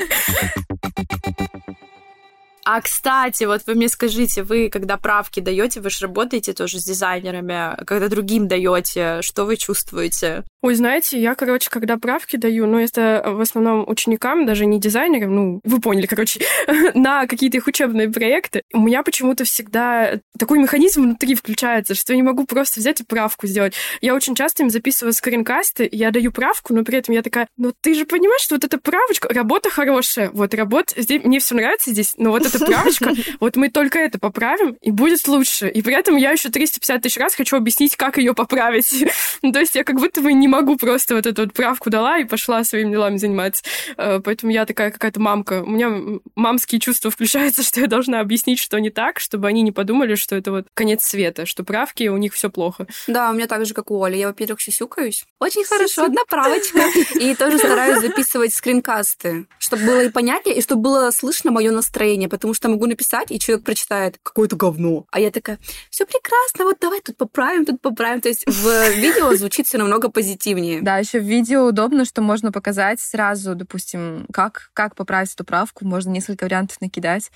А, кстати, вот вы мне скажите, вы, когда правки даете, вы же работаете тоже с дизайнерами, когда другим даете, что вы чувствуете? Ой, знаете, я, короче, когда правки даю, ну, это в основном ученикам, даже не дизайнерам, ну, вы поняли, короче, на какие-то их учебные проекты, у меня почему-то всегда такой механизм внутри включается, что я не могу просто взять и правку сделать. Я очень часто им записываю скринкасты, я даю правку, но при этом я такая, ну, ты же понимаешь, что вот эта правочка, работа хорошая, вот работа, здесь, мне все нравится здесь, но вот эта правочка, вот мы только это поправим, и будет лучше. И при этом я еще триста пятьдесят тысяч раз хочу объяснить, как ее поправить. Ну, то есть я как будто бы не могу просто вот эту вот правку дала и пошла своими делами заниматься. Поэтому я такая какая-то мамка. У меня мамские чувства включаются, что я должна объяснить, что не так, чтобы они не подумали, что это вот конец света, что правки, у них все плохо. Да, у меня так же, как у Оли. Я, во-первых, сюсюкаюсь. Очень хорошо, одна правочка. И тоже стараюсь записывать скринкасты, чтобы было и понятнее, и чтобы было слышно мое настроение, потому что могу написать, и человек прочитает какое-то говно. А я такая, все прекрасно, вот давай тут поправим, тут поправим. То есть в видео звучит все намного позитивнее. Да, еще в видео удобно, что можно показать сразу, допустим, как, как поправить эту правку, можно несколько вариантов накидать.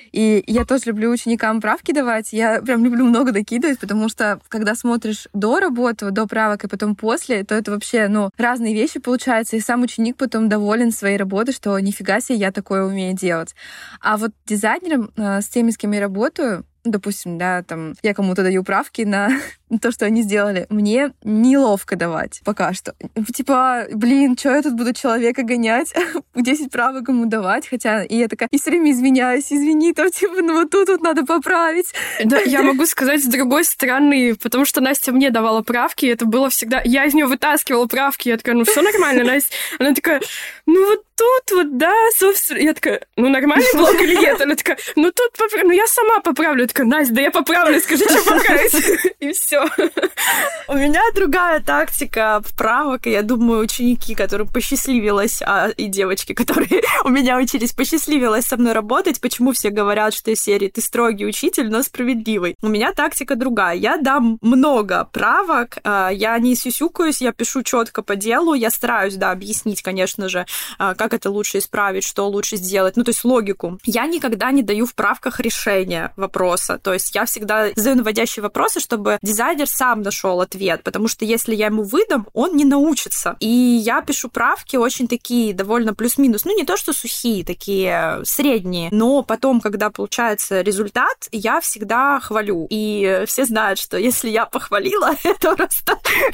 И я тоже люблю ученикам правки давать, я прям люблю много докидывать, потому что когда смотришь до работы, до правок и потом после, то это вообще, ну, разные вещи получаются, и сам ученик потом доволен своей работой, что нифига себе, я такое умею делать. А вот дизайнерам, с теми, с кем я работаю, допустим, да, там, я кому-то даю правки на то, что они сделали, мне неловко давать пока что. Типа, блин, что я тут буду человека гонять, десять правок ему давать, хотя и я такая, и все время извиняюсь, извини, там, типа, ну вот тут вот надо поправить. Да, я могу сказать с другой стороны, потому что Настя мне давала правки, и это было всегда... Я из нее вытаскивала правки, я такая, ну все нормально, Настя. Она такая, ну вот тут вот, да, собственно. Я такая, ну нормальный блог или нет? Она такая, ну тут поправлю, ну я сама поправлю. Я такая, Настя, да я поправлю, скажи, что поправить. И все. У меня другая тактика правок, и я думаю, ученики, которым посчастливилось, а, и девочки, которые у меня учились, посчастливилось со мной работать, почему все говорят, что из серии «ты строгий учитель, но справедливый». У меня тактика другая. Я дам много правок, я не сюсюкаюсь, я пишу четко по делу, я стараюсь, да, объяснить, конечно же, как это лучше исправить, что лучше сделать, ну, то есть логику. Я никогда не даю в правках решения вопроса, то есть я всегда задаю наводящие вопросы, чтобы дизайнер сам нашел ответ, потому что если я ему выдам, он не научится. И я пишу правки очень такие, довольно плюс-минус, ну, не то, что сухие, такие средние, но потом, когда получается результат, я всегда хвалю. И все знают, что если я похвалила, это просто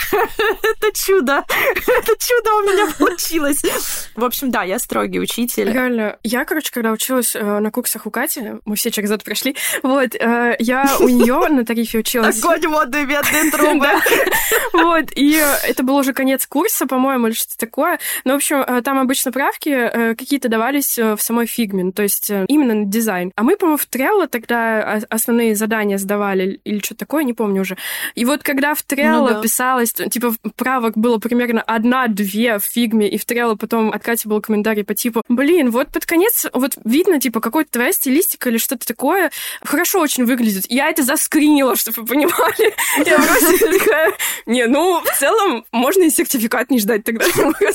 это чудо. Это чудо у меня получилось. В общем, да, я строгий учитель. Реально. Я, короче, когда училась э, на курсах у Кати, мы все через это прошли, вот, э, я у нее на тарифе училась. Огонь, воды, бедные трубы. Вот, и это был уже конец курса, по-моему, или что-то такое. Ну, в общем, там обычно правки какие-то давались в самой фигме, то есть именно на дизайн. А мы, по-моему, в Trello тогда основные задания сдавали или что-то такое, не помню уже. И вот когда в Trello ну, да. писалось, типа, правок было примерно одна-две в фигме, и в Trello потом от Кати был комментарий по типу, блин, вот под конец вот видно, типа, какой-то твоя стилистика или что-то такое хорошо очень выглядит. Я это заскринила, чтобы вы понимали. Я просто такая, не, ну, в целом, можно и сертификат не ждать тогда.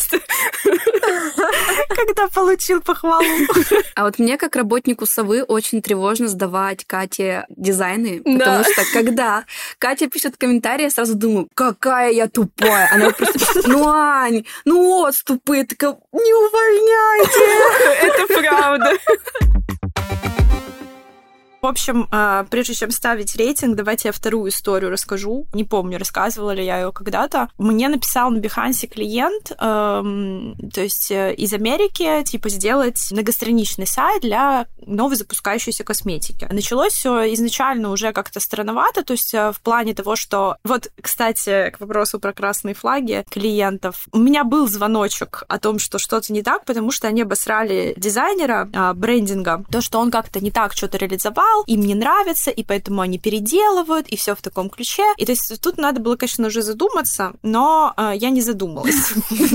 Когда получил похвалу. А вот мне, как работнику совы, очень тревожно сдавать Кате дизайны, потому что когда Катя пишет комментарии, я сразу думаю, какая я тупая. Она просто пишет, ну, Ань, ну, отступы. Я такая, не увольняйте. Это правда. В общем, прежде чем ставить рейтинг, давайте я вторую историю расскажу. Не помню, рассказывала ли я ее когда-то. Мне написал на Behance клиент, эм, то есть из Америки, типа, сделать многостраничный сайт для новой запускающейся косметики. Началось все изначально уже как-то странновато, то есть в плане того, что... Вот, кстати, к вопросу про красные флаги клиентов. У меня был звоночек о том, что что-то не так, потому что они обосрали дизайнера э, брендинга. То, что он как-то не так что-то реализовал, материал, им не нравится, и поэтому они переделывают, и все в таком ключе. И то есть тут надо было, конечно, уже задуматься, но э, я не задумалась.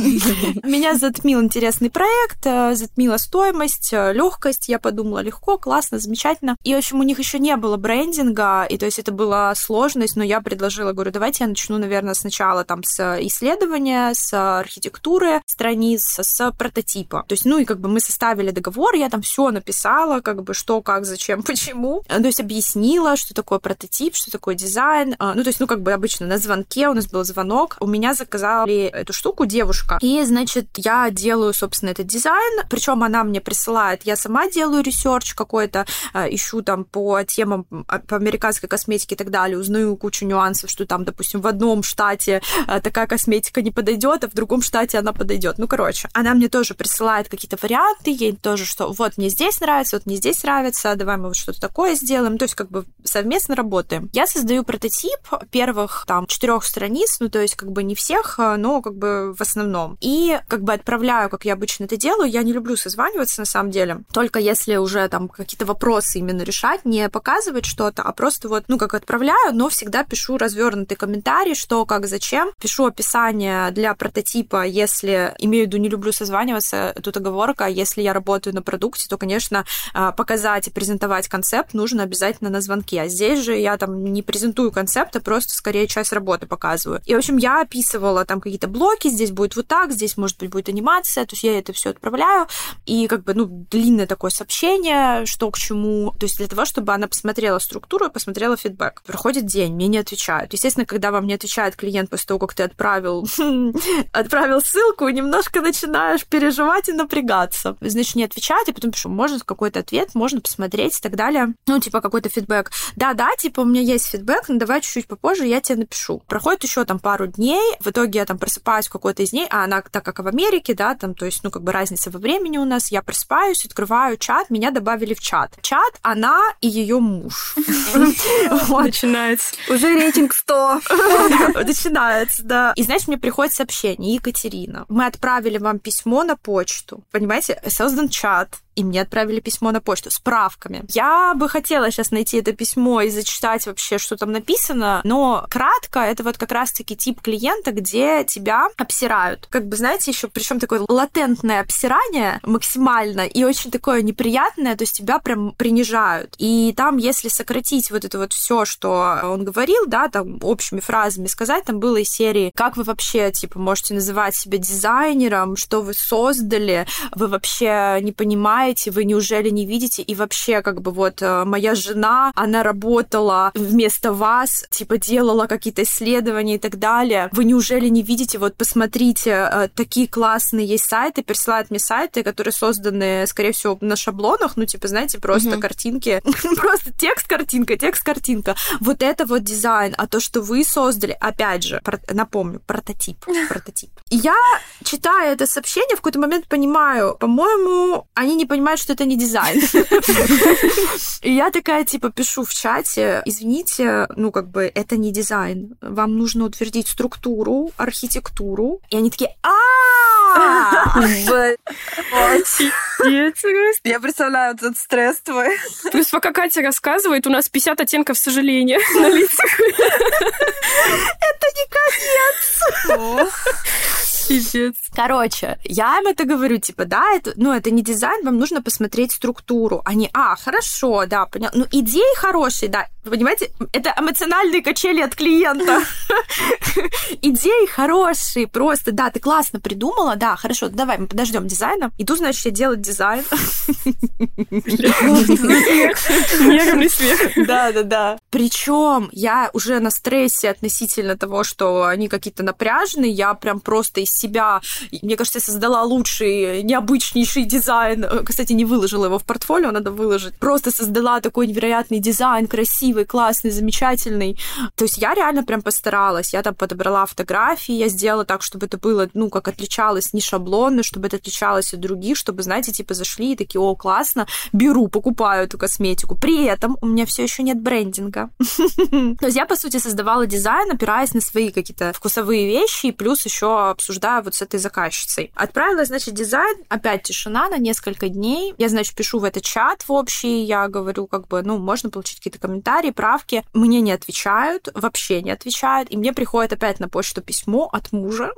Меня затмил интересный проект, затмила стоимость, легкость. Я подумала, легко, классно, замечательно. И, в общем, у них еще не было брендинга, и то есть это была сложность, но я предложила, говорю, давайте я начну, наверное, сначала там с исследования, с архитектуры страниц, с прототипа. То есть, ну и как бы мы составили договор, я там все написала, как бы что, как, зачем, почему. То есть объяснила, что такое прототип, что такое дизайн. Ну, то есть, ну, как бы обычно на звонке у нас был звонок, у меня заказали эту штуку девушка. И, значит, я делаю, собственно, этот дизайн, причем она мне присылает, я сама делаю ресерч какой-то, ищу там по темам, по американской косметике и так далее, узнаю кучу нюансов, что там, допустим, в одном штате такая косметика не подойдет, а в другом штате она подойдет. Ну, короче, она мне тоже присылает какие-то варианты, ей тоже, что вот мне здесь нравится, вот мне здесь нравится, давай мы вот что-то такое сделаем. То есть как бы совместно работаем. Я создаю прототип первых там четырех страниц, ну, то есть как бы не всех, но как бы в основном. И как бы отправляю, как я обычно это делаю, я не люблю созваниваться на самом деле, только если уже там какие-то вопросы именно решать, не показывать что-то, а просто вот, ну, как отправляю, но всегда пишу развернутый комментарий, что, как, зачем. Пишу описание для прототипа, если, имею в виду, не люблю созваниваться, тут оговорка, если я работаю на продукте, то, конечно, показать и презентовать концепт нужно обязательно на звонке. А здесь же я там не презентую концепт, а просто скорее часть работы показываю. И, в общем, я описывала там какие-то блоки, здесь будет вот так, здесь, может быть, будет анимация, то есть я это все отправляю, и как бы, ну, длинное такое сообщение, что к чему, то есть для того, чтобы она посмотрела структуру и посмотрела фидбэк. Проходит день, мне не отвечают. Естественно, когда вам не отвечает клиент после того, как ты отправил, отправил ссылку, немножко начинаешь переживать и напрягаться. Значит, не отвечают, и потом пишу, может, какой-то ответ, можно посмотреть и так далее. Ну, типа, какой-то фидбэк. Да-да, типа, у меня есть фидбэк, но давай чуть-чуть попозже я тебе напишу. Проходит еще там пару дней, в итоге я там просыпаюсь в какой-то из дней, а она, так как в Америке, да, там, то есть, ну, как бы разница во времени у нас, я просыпаюсь, открываю чат, меня добавили в чат. Чат, она и ее муж. Начинается. Уже рейтинг сто. Начинается, да. И, знаешь, мне приходит сообщение: Екатерина, мы отправили вам письмо на почту. Понимаете, создан чат, и мне отправили письмо на почту с правками. Я бы хотела сейчас найти это письмо и зачитать вообще, что там написано, но кратко, это вот как раз-таки тип клиента, где тебя обсирают. Как бы, знаете, еще причем такое латентное обсирание максимально и очень такое неприятное, то есть тебя прям принижают. И там, если сократить вот это вот все, что он говорил, да, там общими фразами сказать, там было из серии: как вы вообще, типа, можете называть себя дизайнером, что вы создали, вы вообще не понимаете, вы неужели не видите? И вообще, как бы вот моя жена, она работала вместо вас, типа делала какие-то исследования и так далее. Вы неужели не видите? Вот посмотрите, такие классные есть сайты, присылают мне сайты, которые созданы, скорее всего, на шаблонах, ну, типа, знаете, просто uh-huh. картинки, просто текст-картинка, текст-картинка. Вот это вот дизайн, а то, что вы создали, опять же, напомню, прототип, прототип. И я, читая это сообщение, в какой-то момент понимаю, по-моему, они не понимают, что это не дизайн. И я такая, типа, пишу в чате: извините, ну, как бы, это не дизайн. Вам нужно утвердить структуру, архитектуру. И они такие: а Я представляю этот стресс твой. Плюс пока Катя рассказывает, у нас пятьдесят оттенков сожаления на лицах. Это не конец. Пипец. Короче, я им это говорю, типа, да, это, ну, это не дизайн, вам нужно посмотреть структуру. Они: а, хорошо, да, понятно. Ну, идеи хорошие, да. Вы понимаете, это эмоциональные качели от клиента. Идеи хорошие, просто, да, ты классно придумала, да, хорошо, давай, мы подождем дизайна. Иду, значит, я делать дизайн. Нервный смех. Да, да, да. Причем я уже на стрессе относительно того, что они какие-то напряженные, я прям просто из себя, мне кажется, я создала лучший, необычнейший дизайн. Кстати, не выложила его в портфолио, надо выложить. Просто создала такой невероятный дизайн, красивый, классный, замечательный. То есть я реально прям постаралась. Я там подобрала фотографии, я сделала так, чтобы это было, ну, как отличалось, не шаблонно, чтобы это отличалось от других, чтобы, знаете, типа зашли и такие: о, классно, беру, покупаю эту косметику. При этом у меня все еще нет брендинга. То есть я, по сути, создавала дизайн, опираясь на свои какие-то вкусовые вещи, и плюс еще обсуждаю вот с этой заказчицей. Отправила, значит, дизайн, опять тишина на несколько дней. Я, значит, пишу в этот чат в общий, я говорю, как бы, ну, можно получить какие-то комментарии, правки. Мне не отвечают, вообще не отвечают, и мне приходит опять на почту письмо от мужа,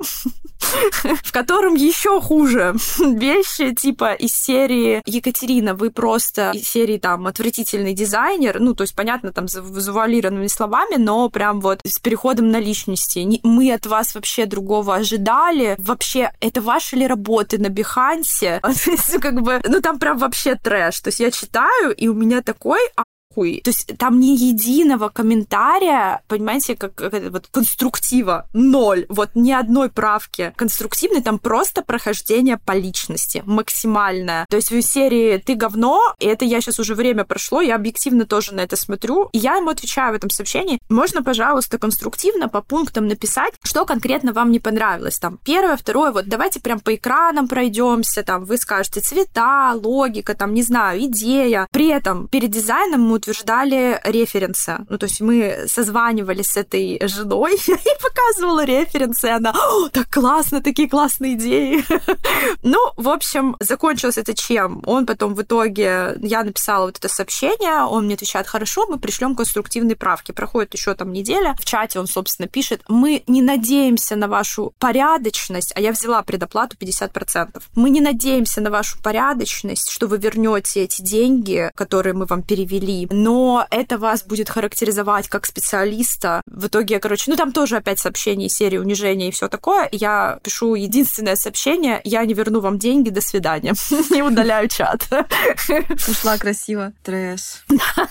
в котором еще хуже вещи, типа из серии «Екатерина, вы просто из серии там отвратительный дизайнер», ну, то есть, понятно, там завуалированными словами, но прям вот с переходом на личности. Мы от вас вообще другого ожидали. Вообще, это ваши ли работы на Бихансе? Как бы, ну, там прям вообще трэш. То есть я читаю, и у меня такой... Хуй. То есть там ни единого комментария, понимаете, как, как это, вот конструктива, ноль, вот ни одной правки конструктивной, там просто прохождение по личности, максимальное. То есть в серии «Ты говно», и это я сейчас уже время прошло, я объективно тоже на это смотрю, и я ему отвечаю в этом сообщении, можно, пожалуйста, конструктивно по пунктам написать, что конкретно вам не понравилось. Там первое, второе, вот давайте прям по экранам пройдемся, там вы скажете цвета, логика, там, не знаю, идея. При этом перед дизайном мы утверждали референсы. Ну, то есть мы созванивались с этой женой и показывала референсы, и она: «О, так классно, такие классные идеи». Ну, в общем, закончилось это чем? Он потом в итоге, я написала вот это сообщение, он мне отвечает: хорошо, мы пришлем конструктивные правки. Проходит еще там неделя, в чате он, собственно, пишет: мы не надеемся на вашу порядочность, а я взяла предоплату пятьдесят процентов. Мы не надеемся на вашу порядочность, что вы вернете эти деньги, которые мы вам перевели, но это вас будет характеризовать как специалиста. В итоге я, короче, ну там тоже опять сообщение серии унижения и все такое. Я пишу единственное сообщение: я не верну вам деньги, до свидания. И удаляю чат. Ушла красиво. Трэш.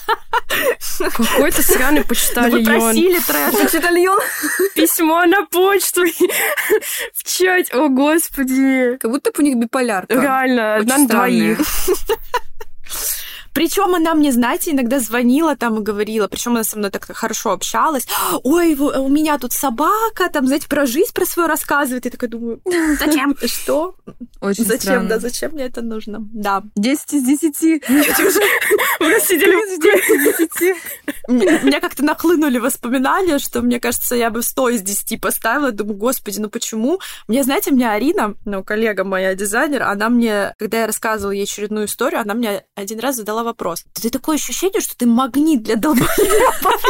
Какой-то сраный почтальон. Вы просили трэш. Почтальон. Письмо на почту. В чате. О, господи. Как будто бы у них биполярка. Реально, одна на двоих. Причем она мне, знаете, иногда звонила там и говорила, причем она со мной так хорошо общалась: ой, у меня тут собака, там, знаете, про жизнь про свою рассказывает. Я такая думаю: зачем? Что? Очень зачем, странно. да, зачем мне это нужно? Да. десять из десяти. Вы сидели десять из десяти. Мне как-то нахлынули воспоминания, что, мне кажется, я бы сто из десяти поставила. Думаю: господи, ну почему? Мне, знаете, мне Арина, ну, коллега моя, дизайнер, она мне, когда я рассказывала ей очередную историю, она мне один раз задала вопрос: ты такое ощущение, что ты магнит для долбоёбов.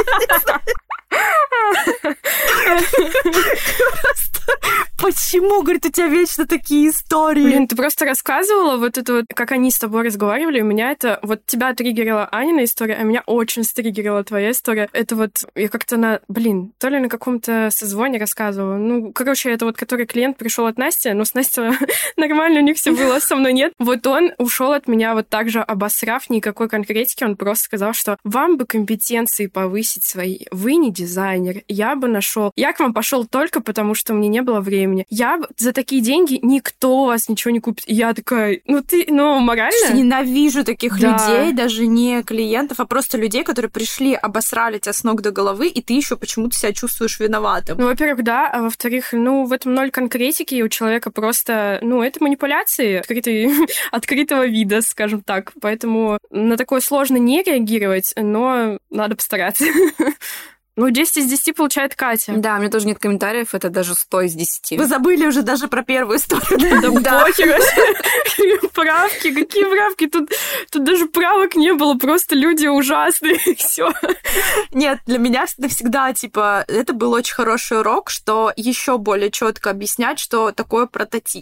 Почему, говорит, у тебя вечно такие истории? Блин, ты просто рассказывала вот это вот, как они с тобой разговаривали, у меня это... Вот тебя триггерила Анина история, а меня очень стриггерила твоя история. Это вот я как-то на... Блин, то ли на каком-то созвоне рассказывала. Ну, короче, это вот, который клиент пришел от Насти, но с Настей нормально у них все было, со мной нет. Вот он ушел от меня вот так же, обосрав никакой конкретики, он просто сказал, что вам бы компетенции повысить свои. Вы не дизайнер. Я бы нашел. Я к вам пошел только потому, что мне не было времени. Я за такие деньги никто у вас ничего не купит. И я такая: ну ты, ну морально? Ненавижу таких Да. людей, даже не клиентов, а просто людей, которые пришли, обосрали тебя с ног до головы, и ты еще почему-то себя чувствуешь виноватым. Ну, во-первых, да, а во-вторых, ну, в этом ноль конкретики, и у человека просто, ну, это манипуляции открытой, открытого вида, скажем так. Поэтому на такое сложно не реагировать, но надо постараться. Ну, десять из десяти получает Катя. Да, у меня тоже нет комментариев, это даже сто из десяти. Вы забыли уже даже про первую историю. Да похер. Правки, какие правки? Тут, тут даже правок не было, просто люди ужасные, и все. Нет, для меня всегда, всегда, типа, это был очень хороший урок, что еще более четко объяснять, что такое прототип.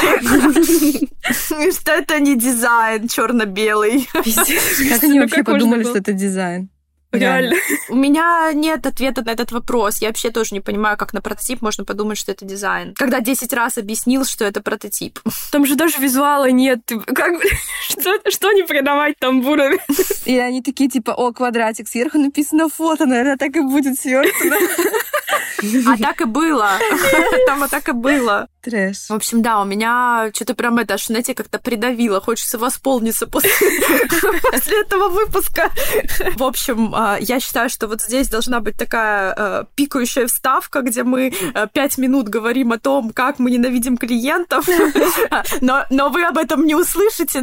Что это не дизайн черно-белый. Как они вообще подумали, что это дизайн? Реально. У меня нет ответа на этот вопрос. Я вообще тоже не понимаю, как на прототип можно подумать, что это дизайн. Когда десять раз объяснил, что это прототип. Там же даже визуала нет. Ты как... что, что не продавать там будут? И они такие, типа: о, квадратик, сверху написано фото, наверное, так и будет сверху. А так и было. Там и так и было. Трэш. В общем, да, у меня что-то прям это, аж, знаете, как-то придавило. Хочется восполниться после, после этого выпуска. В общем, я считаю, что вот здесь должна быть такая пикающая вставка, где мы пять минут говорим о том, как мы ненавидим клиентов, но, но вы об этом не услышите.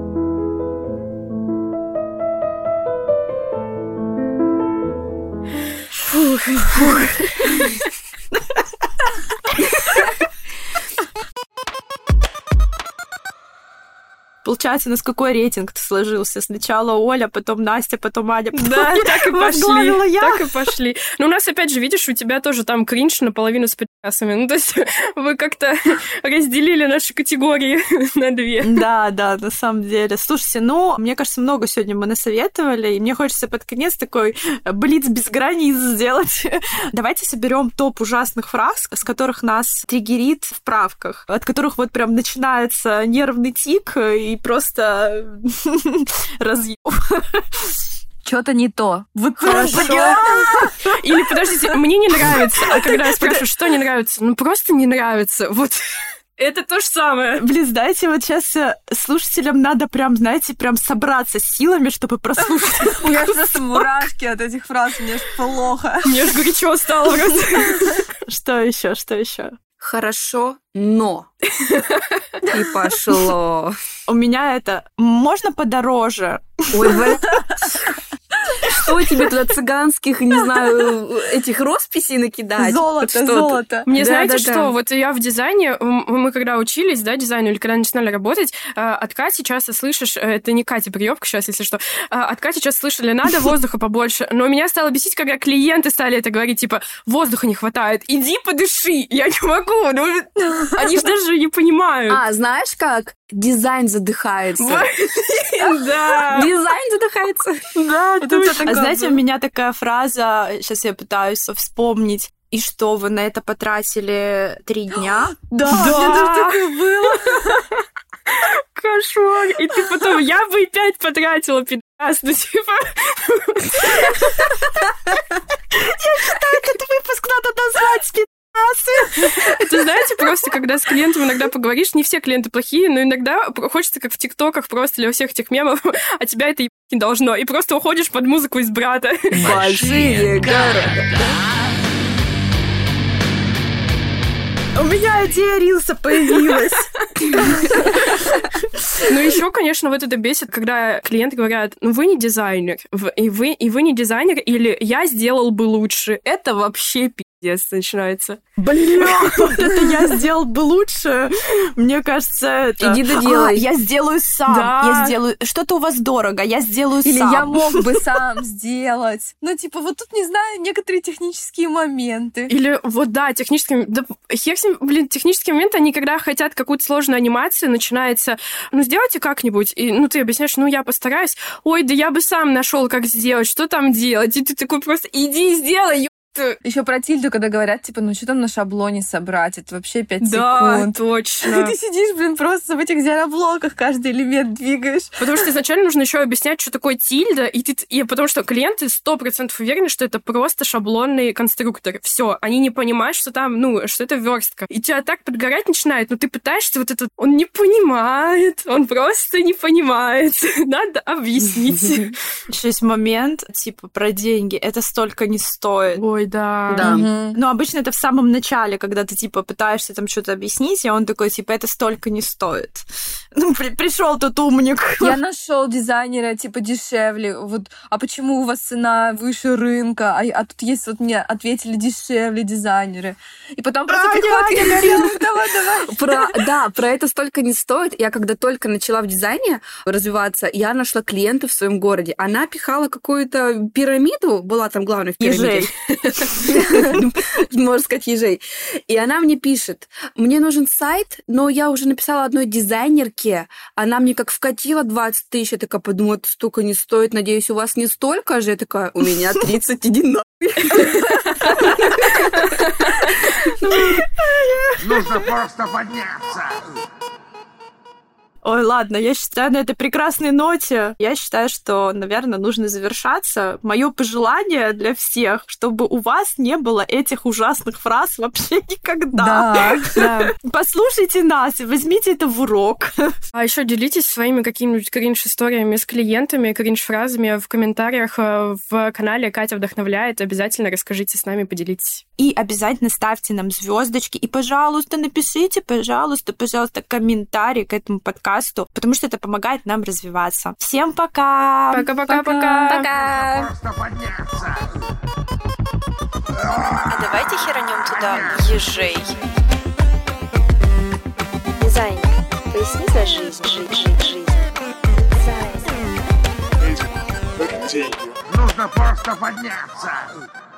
Фу, Получается, у нас какой рейтинг-то сложился? Сначала Оля, потом Настя, потом Аня, потом да, я. так и пошли, я. так и пошли. Но у нас, опять же, видишь, у тебя тоже там кринж наполовину с подкастами. Ну, то есть вы как-то разделили наши категории на две. Да, да, на самом деле. Слушайте, ну, мне кажется, много сегодня мы насоветовали, и мне хочется под конец такой блиц без границ сделать. Давайте соберем топ ужасных фраз, с которых нас триггерит в правках, от которых вот прям начинается нервный тик и просто разъёб. Что-то не то. Вот хорошо. Или, подождите, мне не нравится. А когда я спрашиваю, что не нравится? Ну, просто не нравится. Вот это то же самое. Блин, знаете, вот сейчас слушателям надо прям, знаете, прям собраться с силами, чтобы прослушать. У меня просто мурашки от этих фраз, мне аж плохо. Мне аж горячо стало просто. Что еще, что еще? Хорошо, но. И пошло. У меня это можно подороже. Ой, блядь. Что тебе туда цыганских, не знаю, этих росписей накидать? Золото, вот золото. Мне да, знаете да, что? да. Вот я в дизайне, мы когда учились, да, дизайну, или когда начинали работать, от Кати часто слышишь, это не Катя приёбка сейчас, если что, от Кати часто слышали, надо воздуха побольше. Но меня стало бесить, когда клиенты стали это говорить, типа, воздуха не хватает, иди подыши. Я не могу. Ну, они же даже не понимают. А, знаешь как? Дизайн задыхается. Да. Дизайн задыхается. Да, А знаете, у меня такая фраза, сейчас я пытаюсь вспомнить, и что, вы на это потратили три дня? Да, у меня тоже такое было. Кошмар. И ты потом, я бы и пять потратила, пидас, ну типа... Я считаю, этот выпуск надо назвать пидас. Это, знаете, просто когда с клиентом иногда поговоришь, не все клиенты плохие, но иногда хочется, как в ТикТоках, просто для всех этих мемов, а тебя это ебать не должно. И просто уходишь под музыку из брата. Большие города. У меня идея рилса появилась. Ну, еще, конечно, вот это бесит, когда клиенты говорят, ну, вы не дизайнер, и вы, и вы не дизайнер, или я сделал бы лучше. Это вообще пиздец начинается. Бля, вот это я сделал бы лучше. Мне кажется, это... Иди доделай. А, я сделаю сам. Да. Я сделаю... Что-то у вас дорого, я сделаю Или сам. я мог бы сам сделать. Ну, типа, вот тут, не знаю, некоторые технические моменты. Или вот, да, технические... Да, хер с ним, блин, технические моменты, они когда хотят какую-то сложную анимацию, начинается, ну, сделайте как-нибудь. И, ну, ты объясняешь, ну, я постараюсь. Ой, да я бы сам нашел, как сделать, что там делать. И ты такой просто, иди сделай, Еще про тильду, когда говорят, типа, ну что там на шаблоне собрать? Это вообще пять да, секунд. точно. И ты сидишь, блин, просто в этих зероблоках каждый элемент двигаешь. Потому что изначально нужно еще объяснять, что такое тильда, и, ты, и потому что клиенты сто процентов уверены, что это просто шаблонный конструктор. Все, они не понимают, что там, ну, что это верстка. И тебя так подгорать начинает, но ты пытаешься вот это... Он не понимает, он просто не понимает. Надо объяснить. Еще есть момент, типа, про деньги. Это столько не стоит. Ой, да. Да. Мгм. Ну, обычно это в самом начале, когда ты, типа, пытаешься там что-то объяснить, и он такой, типа, это столько не стоит. Ну, при- пришел тот умник. Я нашел дизайнера, типа, дешевле. Вот, а почему у вас цена выше рынка? А, а тут есть, вот мне ответили, дешевле дизайнеры. И потом просто Аня, приходит, Аня, я говорю, давай, давай. Про, да, про это столько не стоит. Я когда только начала в дизайне развиваться, я нашла клиента в своем городе. Она пихала какую-то пирамиду, была там главной в пирамиде. Можно сказать, ежей. И она мне пишет, мне нужен сайт, но я уже написала одной дизайнерке, она мне как вкатила двадцать тысяч, я такая подумала, это столько не стоит, надеюсь, у вас не столько же? Я такая, у меня тридцать, иди нахуй. Нужно просто подняться. Ой, ладно, я считаю, на этой прекрасной ноте, я считаю, что, наверное, нужно завершаться. Мое пожелание для всех, чтобы у вас не было этих ужасных фраз вообще никогда. Да. Послушайте нас и возьмите это в урок. А еще делитесь своими какими-нибудь кринж-историями с клиентами, кринж-фразами в комментариях э, в канале Катя вдохновляет. Обязательно расскажите с нами, поделитесь. И обязательно ставьте нам звездочки. И, пожалуйста, напишите, пожалуйста, пожалуйста, комментарий к этому подкасту, потому что это помогает нам развиваться. Всем пока! Пока-пока-пока! Пока! Просто подняться. А давайте херанем туда ежей. Дизайн. Поясни за жизнь, жить, жить, жизнь. Дизайн. Нужно просто подняться.